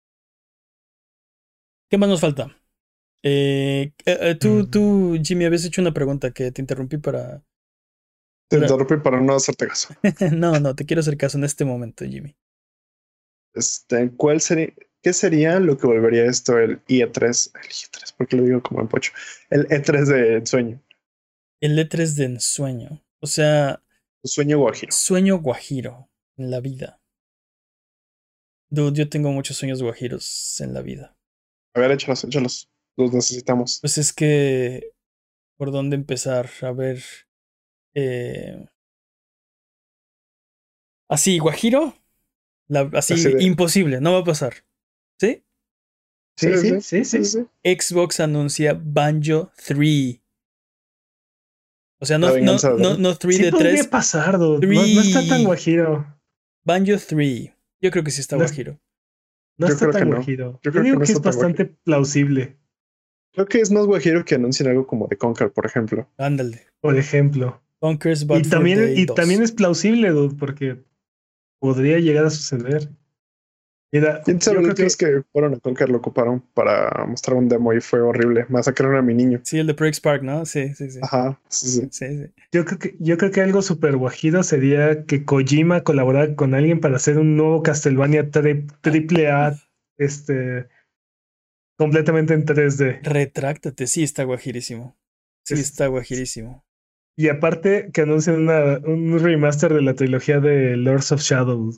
¿qué más nos falta? Eh, eh, eh, tú, Mm. tú, Jimmy, habías hecho una pregunta que te interrumpí para... Te para- interrumpí para no hacerte caso. No, no, te quiero hacer caso en este momento, Jimmy. Este, ¿cuál sería, qué sería lo que volvería esto el I E tres? El I E tres, porque lo digo como en pocho. El E tres de ensueño. El E tres de ensueño. O sea, Sueño guajiro. sueño guajiro en la vida. Dude, yo tengo muchos sueños guajiros en la vida. A ver, échalos, échalos. Los necesitamos. Pues es que, ¿por dónde empezar? A ver. Eh... Así, guajiro. La- así, Así de- imposible, no va a pasar. ¿Sí? Sí, sí, sí, sí. sí. Xbox anuncia Banjo tres. O sea, no, La no, venganza de no, Drake. no tres Sí de podría tres. pasar, dude. No, no está tan Three. guajiro. Banjo tres. Yo creo que sí está No es- guajiro. No Yo está creo tan que no. guajiro. Yo Yo, creo digo que no que es está tan bastante plausible, Creo que es más guajiro que anuncien algo como de Conker, por ejemplo. Ándale. por ejemplo. Conker's Bad Y Fur también, Day y dos. también es plausible, dude, porque podría llegar a suceder. Mira, ¿Quién sabe? yo La creo última que vez que fueron a Conker lo ocuparon para mostrar un demo y fue horrible. Masacraron a mi niño. Sí, el de Project Spark, ¿no? Sí, sí, sí. Ajá, sí, sí. Sí, sí. yo creo que yo creo que algo súper guajiro sería que Kojima colaborara con alguien para hacer un nuevo Castlevania tri- triple A, este, completamente en tres D. Retráctate, sí está guajirísimo. Sí Es- está guajirísimo. Y aparte que anuncien una, un remaster de la trilogía de Lords of Shadows.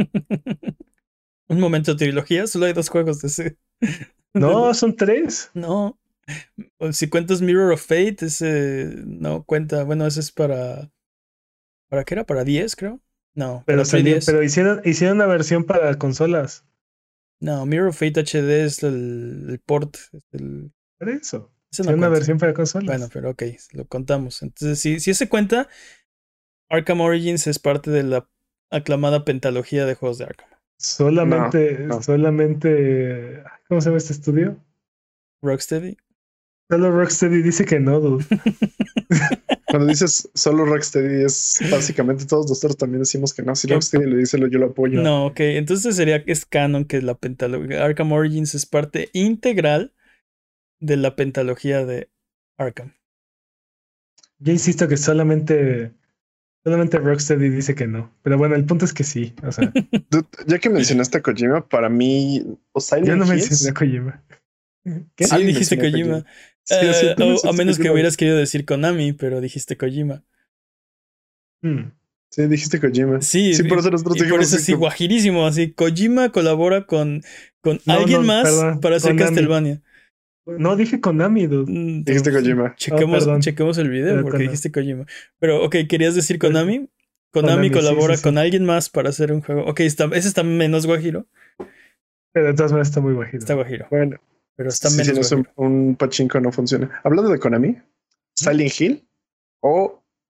Un momento, trilogía, solo hay dos juegos de ese. No, son tres. No. O si cuentas Mirror of Fate, ese no cuenta. Bueno, ese es para. ¿Para qué era? ¿Para diez, creo? No, Pero para salió, tres D S. pero hicieron, hicieron una versión para consolas. No, Mirror of Fate H D es el, el port. es el- Por eso. ese no Hicieron una cuenta. versión para consolas. Bueno, pero ok, lo contamos. Entonces, si, si ese cuenta, Arkham Origins es parte de la aclamada pentalogía de juegos de Arkham. Solamente, No, no. solamente. ¿Cómo se llama este estudio? Rocksteady. Solo Rocksteady dice que no, dude. Cuando dices solo Rocksteady es básicamente todos nosotros también decimos que no. Si Rocksteady le dice lo, yo lo apoyo. No, ok, entonces sería que es canon que la pentalogía. Arkham Origins es parte integral de la pentalogía de Arkham. Yo insisto que solamente. Solamente Rocksteady dice que no. Pero bueno, el punto es que sí. O sea, Dude, ya que mencionaste a Kojima, para mí, o Silent yo no Hills- mencioné a Kojima. ¿Qué? Sí, Alguien dijiste mencionó a Kojima. Kojima. Sí, sí, Eh, tú o- a mencionaste menos que Kojima. hubieras querido decir Konami, pero dijiste Kojima. Hmm. Sí, dijiste Kojima. Sí, Sí, por eso nosotros y por dijimos eso así sí, como- guajirísimo. Así, Kojima colabora con, con No, alguien no, más perdón, para hacer Konami. Castlevania. No dije Konami, dude. Mm, Dijiste Kojima. Chequemos, Oh, perdón. chequemos el video Pero porque Konami. dijiste Kojima. Pero, ok, ¿querías decir Pero- Konami? Konami, Konami, sí, colabora sí, sí. con alguien más para hacer un juego. Ok, está, ese está menos guajiro. Pero de todas maneras está muy bajito. Está guajiro. Bueno, Pero está si menos tienes un, guajiro. un pachinko no funciona. Hablando de Konami, Silent Hill o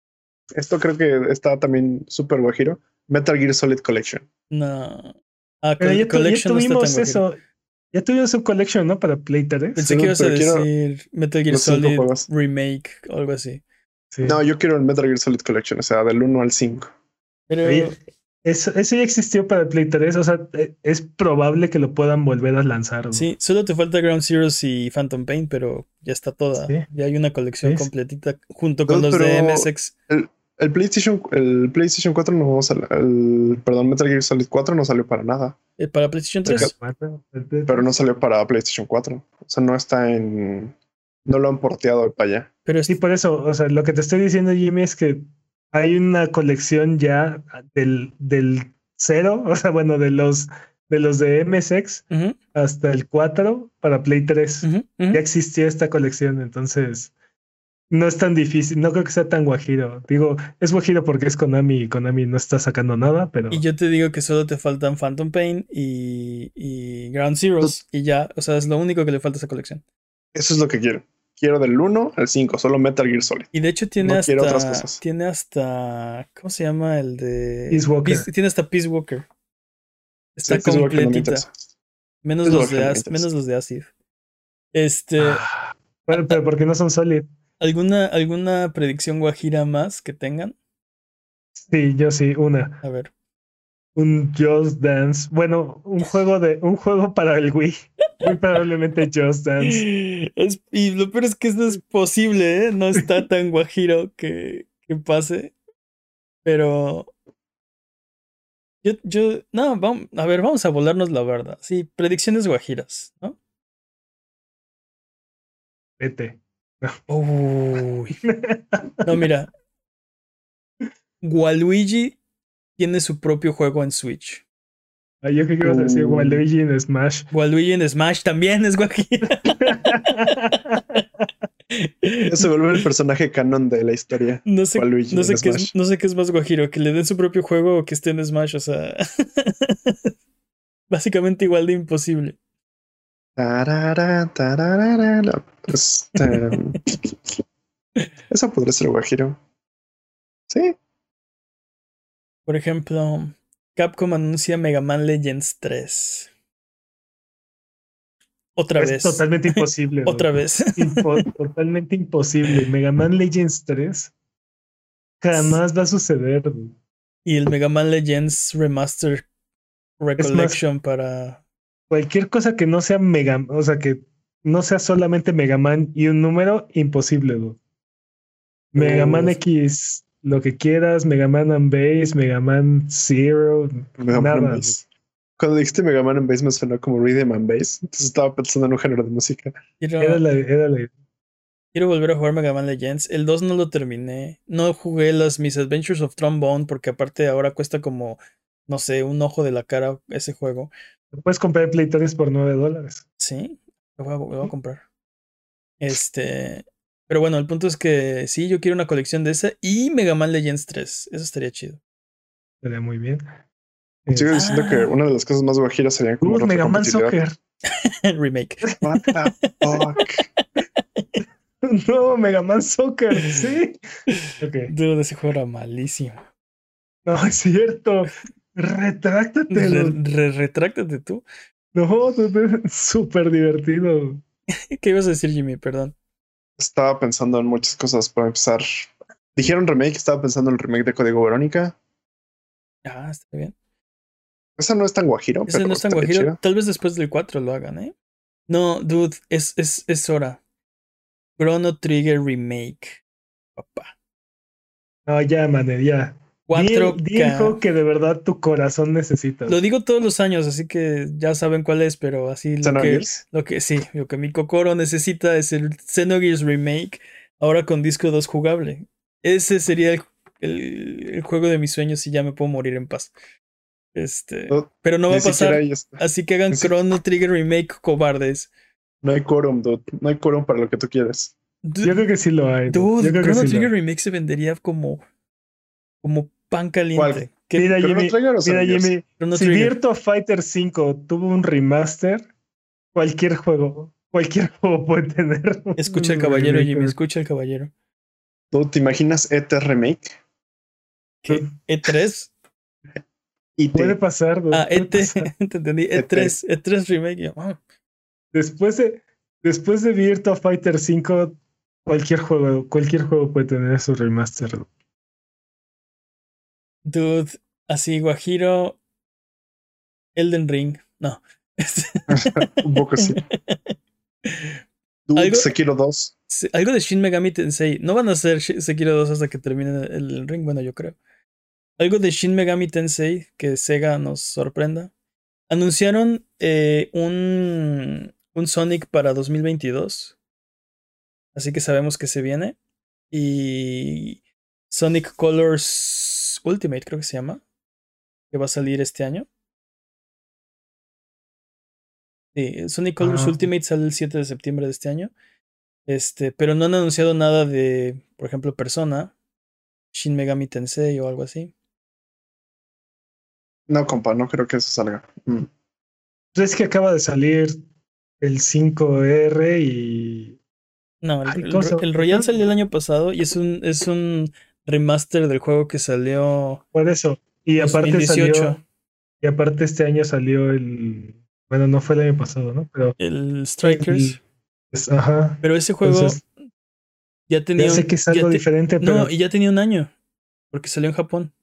Esto creo que está también súper guajiro. Metal Gear Solid Collection. No. Ah, Pero Col- ya, tu- ya Collection no está tan tuvimos guajiro. eso. Ya tuvimos un collection, ¿no? Para Play tres. Pensé que ibas a Pero quiero decir Metal Gear los cinco Solid juegos. Remake o algo así. Sí. No, yo quiero el Metal Gear Solid Collection, o sea, del uno al cinco. Pero Oye, eso, eso ya existió para Play tres. O sea, eh, es probable que lo puedan volver a lanzar. ¿No? sí, solo te falta Ground Zeroes y Phantom Pain, pero ya está toda. Sí. Ya hay una colección Sí. completita junto con No, los de pero- M S X. El, el PlayStation, el PlayStation cuatro no salió, el, perdón, Metal Gear Solid cuatro no salió para nada, Eh, para PlayStation tres. pero no salió para PlayStation cuatro. O sea, no está en, no lo han porteado para allá. Pero es- Sí, por eso, o sea, lo que te estoy diciendo, Jimmy, es que hay una colección ya del, del cero, o sea, bueno, de los de los de M S X Ujú, hasta el cuatro para Play tres. ujú, ujú. Ya existía esta colección, entonces no es tan difícil, no creo que sea tan guajiro. Digo, es guajiro porque es Konami y Konami no está sacando nada, pero Y yo te digo que solo te faltan Phantom Pain y, y Ground Zeroes. Y ya, o sea, es lo único que le falta a esa colección. Eso es lo que quiero. Quiero del uno al cinco, solo Metal Gear Solid. Y de hecho tiene No quiero otras hasta. cosas. Tiene hasta. ¿Cómo se llama el de. Peace Walker. Peace- tiene hasta Peace Walker. Está Sí, es lo que no me completita. interesa. menos, es lo los que de no me Ac- interesa. menos los de Acid. Este. Ah, pero, pero porque no son solid. ¿alguna, ¿Alguna predicción guajira más que tengan? Sí, yo sí, una. A ver. Un Just Dance. Bueno, un juego de un juego para el Wii. Muy probablemente Just Dance. Es- y lo peor es que esto es posible, ¿eh? No está tan guajiro que, que pase. Pero. Yo, yo. No, vamos, a ver, vamos a volarnos la verdad. Sí, predicciones guajiras, ¿no? Vete. Uy. No, mira. Waluigi tiene su propio juego en Switch. Ah, yo creo que ibas a decir Uh. Waluigi en Smash. Waluigi en Smash también es guajira. Ya se vuelve el personaje canon de la historia. No sé, Waluigi no, en sé qué es, Smash. no sé qué es más guajiro, que le den su propio juego o que esté en Smash, o sea. Básicamente igual de imposible. Tarara, tarara, no, este, eso podría ser guajiro. Sí. Por ejemplo, Capcom anuncia Mega Man Legends tres. Otra Es vez. totalmente imposible. Otra ¿no? vez. Impo- totalmente imposible. Mega Man Legends tres jamás va a suceder. ¿no? Y el Mega Man Legends Remaster Recollection para. Cualquier cosa que no sea Mega, o sea, que no sea solamente Mega Man y un número, imposible. ¿no? Mega Man Uf. X, lo que quieras, Mega Man and Base, Mega Man Zero, Mega Man nada. and ¿no? Bass. Cuando dijiste Mega Man and Bass me sonó como Rhythm and Bass. Entonces estaba pensando en un género de música. Quiero, Era la, era la- quiero volver a jugar Mega Man Legends. El dos no lo terminé. No jugué las Mis Adventures of Trombone porque aparte ahora cuesta como, no sé, un ojo de la cara ese juego. Lo puedes comprar en Play tres por nueve dólares. Sí, lo voy a, lo voy a comprar. Este. Pero bueno, el punto es que sí, yo quiero una colección de esa y Mega Man Legends tres. Eso estaría chido. Estaría muy bien. Sigo Eh, diciendo Ah. que una de las cosas más guajiras sería como uh, Mega Man retrocompatibilidad. Soccer. Remake. What the fuck? No, Mega Man Soccer, sí. Ok. Dude, ese juego era malísimo. No, es cierto. Retráctate. Re- re- retráctate tú. No, es súper divertido. ¿Qué ibas a decir, Jimmy? Perdón. Estaba pensando en muchas cosas para empezar. Dijeron remake, estaba pensando en el remake de Código Verónica. Ah, está bien. Esa no es tan guajiro, Ese pero no es tan estaría guajiro. chido. Tal vez después del cuatro lo hagan, ¿eh? No, dude, es, es, es hora. Chrono Trigger Remake. Papá. No, ya, mané, ya. cuatro Di- di el juego K. que de verdad tu corazón necesita. Lo digo todos los años, así que ya saben cuál es, pero así lo que, Xenogears. lo que sí, lo que mi Kokoro necesita es el Xenogears Remake, ahora con disco dos jugable. Ese sería el, el- el juego de mis sueños si ya me puedo morir en paz. Este, No, pero no va Ni a pasar, siquiera ahí está. así que hagan Ni si- Chrono Trigger Remake, cobardes. No hay quórum, dude. No hay quórum para lo que tú quieres. Du- Yo creo que sí lo hay. ¿no? Dude, Yo creo que Chrono sí lo Trigger hay. Remake se vendería como, como pan caliente. ¿Cuál? ¿Qué? Mira, ¿Chrono Jimmy, Trigger o mira, Xenogears? Jimmy, Chrono si Trigger. Virtua Fighter cinco tuvo un remaster, cualquier juego, cualquier juego puede tener. un Escucha el caballero, remake. Jimmy, escucha el caballero. ¿Tú te imaginas E T remake? ¿Qué? ¿E tres? Y te- Puede pasar, dude, Ah, puede E T, pasar. te entendí. E tres, E tres Remake. Yo, ah, Después de, después de Virtua Fighter cinco, cualquier juego, cualquier juego puede tener su remaster. dude. dude, así, Guajiro, Elden Ring. No. Un poco así. Dude, Algo, Sekiro dos. sí, algo de Shin Megami Tensei. No van a hacer Shi- Sekiro dos hasta que termine el, el ring, bueno, yo creo. Algo de Shin Megami Tensei que Sega nos sorprenda. Anunciaron eh, un, un Sonic para dos mil veintidós. Así que sabemos que se viene. Y Sonic Colors Ultimate, creo que se llama. Que va a salir este año. Sí, Sonic Colors Ah, Ultimate sale el siete de septiembre de este año. Este, pero no han anunciado nada de, por ejemplo, Persona, Shin Megami Tensei o algo así. No, compa, no creo que eso salga. Mm. pues es que acaba de salir el cinco R y. No, el, Ay, el, ¿cómo se llama? el Royal salió el año pasado y es un, es un remaster del juego que salió Por eso. Y aparte dos mil dieciocho. salió. Y aparte este año salió el. Bueno, no fue el año pasado, ¿no? Pero. El Strikers. el- es- ajá. Pero ese juego Entonces, ya tenía ya sé un. que es ya algo te- diferente, no, pero, y ya tenía un año. Porque salió en Japón.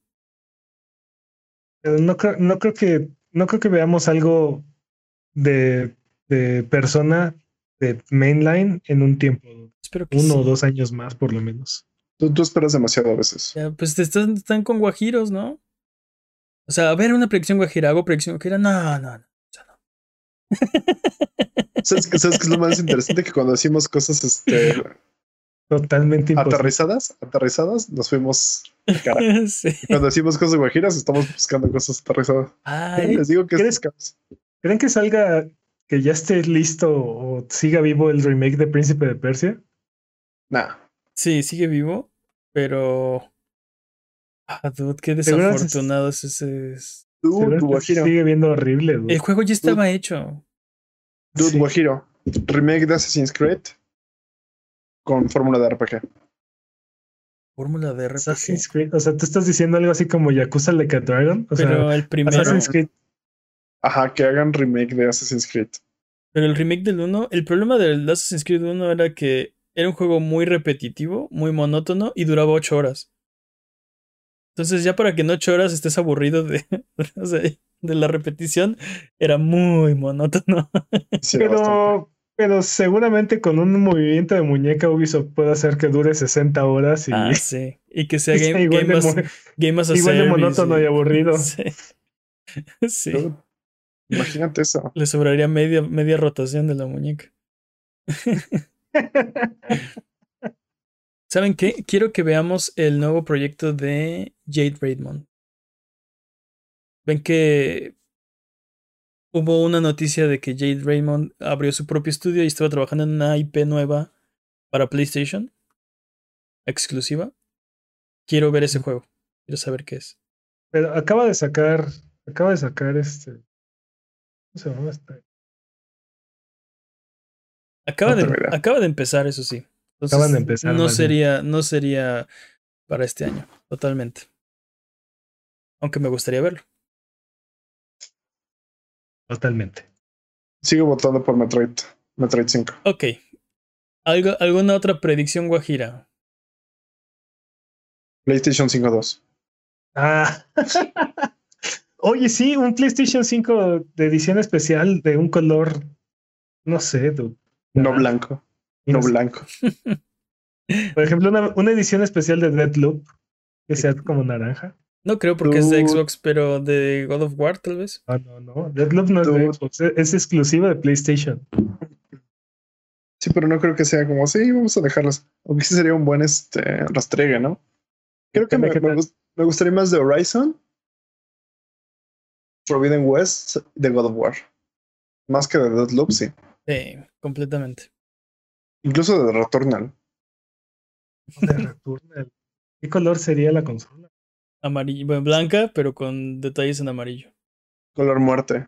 pero no creo, no creo que. No creo que veamos algo de, de persona de mainline en un tiempo. Espero que Uno o sí. dos años más, por lo menos. Tú, tú esperas demasiado a veces. Ya, pues te están, están con guajiros, ¿no? O sea, a ver una predicción guajira, hago predicción guajira. No, no, no. O sea, no. ¿Sabes qué, sabes qué es lo más interesante? Que cuando decimos cosas este, Totalmente imposible. aterrizadas, aterrizadas, nos fuimos al cara. Sí. Y cuando decimos cosas guajiras, estamos buscando cosas aterrizadas. Ay, Les digo que ¿crees- estos cabros- ¿Creen que salga, que ya esté listo o siga vivo el remake de Príncipe de Persia? Nah. sí, sigue vivo, pero. Ah, dude, qué Seguro se- desafortunado es ese. es- Dude, Seguro se Guajiro. sigue viendo horrible. dude. El juego ya estaba hecho. Dude, Sí. Guajiro. Remake de Assassin's Creed con fórmula de R P G. Fórmula de R P G. Assassin's Creed, o sea, tú estás diciendo algo así como Yakuza Like a Dragon. O Pero sea, el primero. Assassin's Creed. Ajá, que hagan remake de Assassin's Creed. Pero el remake del uno. El problema del Assassin's Creed uno era que era un juego muy repetitivo, muy monótono y duraba ocho horas. Entonces, ya para que en ocho horas estés aburrido de, o sea, de la repetición, era muy monótono. Sí, era bastante. Pero, pero seguramente con un movimiento de muñeca Ubisoft puede hacer que dure sesenta horas y, Ah, sí. Y que sea y sea Game, igual, game, de, as, mo- game as a igual de Service monótono y aburrido. Sí. Sí. Dude, imagínate eso. Le sobraría media, media rotación de la muñeca. ¿Saben qué? Quiero que veamos el nuevo proyecto de Jade Raymond. Ven que hubo una noticia de que Jade Raymond abrió su propio estudio y estaba trabajando en una I P nueva para PlayStation. Exclusiva. Quiero ver ese juego. Quiero saber qué es. Pero acaba de sacar, acaba de sacar este. ¿Cómo se llama este? Acaba, No de, tengo idea. acaba de empezar, eso sí. Entonces, Acaban de empezar, no más bien. sería, no sería para este año, totalmente. Aunque me gustaría verlo. Totalmente. Sigo votando por Metroid. Metroid cinco. Ok. ¿Algo, ¿Alguna otra predicción guajira? PlayStation cinco dos. Ah. Oye, sí, un PlayStation cinco de edición especial de un color, no sé, dude. No Ah, blanco. No no sé. blanco. Por ejemplo, una, una edición especial de Deathloop que sea como naranja. No creo porque es de Dude. Xbox, pero de God of War tal vez. Ah, no, no. Deathloop no es de Dude. Xbox, es, es exclusiva de PlayStation. Sí, pero no creo que sea como, sí, vamos a dejarlos. Aunque sí sería un buen este, rastregue, ¿no? Creo que me, Depende qué me tal. gust- me gustaría más de Horizon, Forbidden West, de God of War. Más que de Deathloop, sí. Sí, completamente. Incluso de Returnal. De Returnal. ¿Qué color sería la consola? Amarillo, bueno, blanca, pero con detalles en amarillo. Color muerte.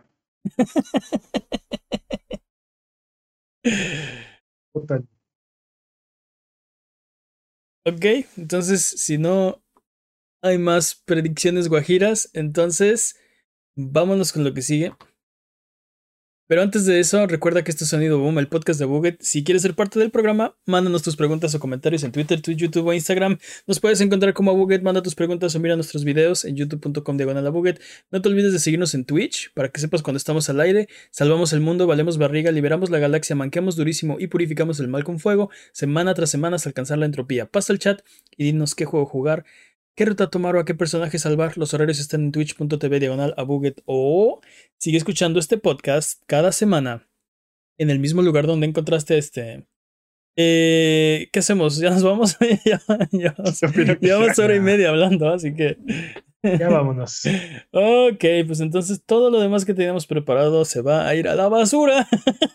Total. Ok, entonces si no hay más predicciones guajiras. Entonces, vámonos con lo que sigue. Pero antes de eso, recuerda que este es Sonido Boom, el podcast de Buget. Si quieres ser parte del programa, mándanos tus preguntas o comentarios en Twitter, Twitch, YouTube o Instagram. Nos puedes encontrar como a Buget, manda tus preguntas o mira nuestros videos en youtube punto com diagonal a Buget. No te olvides de seguirnos en Twitch para que sepas cuando estamos al aire. Salvamos el mundo, valemos barriga, liberamos la galaxia, manqueamos durísimo y purificamos el mal con fuego, semana tras semana hasta alcanzar la entropía. Pasa el chat y dinos qué juego jugar, qué ruta tomar o a qué personaje salvar. Los horarios están en twitch punto tv diagonal a Buget o sigue escuchando este podcast cada semana en el mismo lugar donde encontraste este. Eh, ¿Qué hacemos? ¿Ya nos vamos? ya, ya, llevamos hora y media hablando, así que... Ya vámonos. Ok, pues entonces todo lo demás que teníamos preparado se va a ir a la basura.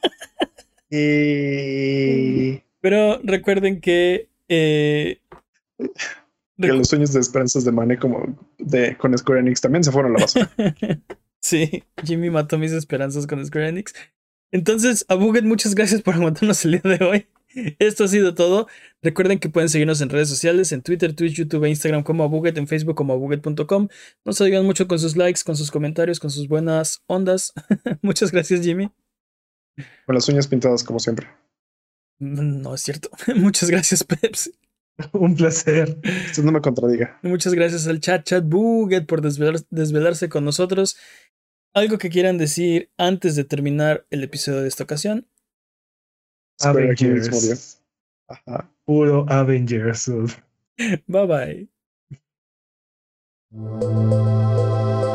Y... Pero recuerden que... Eh, que los sueños de esperanzas de Mane como de, con Square Enix también se fueron a la basura. Sí, Jimmy mató mis esperanzas con Square Enix. Entonces, a Buget, muchas gracias por aguantarnos el día de hoy. Esto ha sido todo. Recuerden que pueden seguirnos en redes sociales, en Twitter, Twitch, YouTube e Instagram como a Buget, en Facebook como a buget punto com. Nos ayudan mucho con sus likes, con sus comentarios, con sus buenas ondas. Muchas gracias, Jimmy. Con las uñas pintadas como siempre. No es cierto. Muchas gracias, Peps. Un placer. Usted no me contradiga. Muchas gracias al chat, chat Buget por desvelar, desvelarse con nosotros. ¿Algo que quieran decir antes de terminar el episodio de esta ocasión? Avengers. Ajá. Puro Avengers. Bye bye.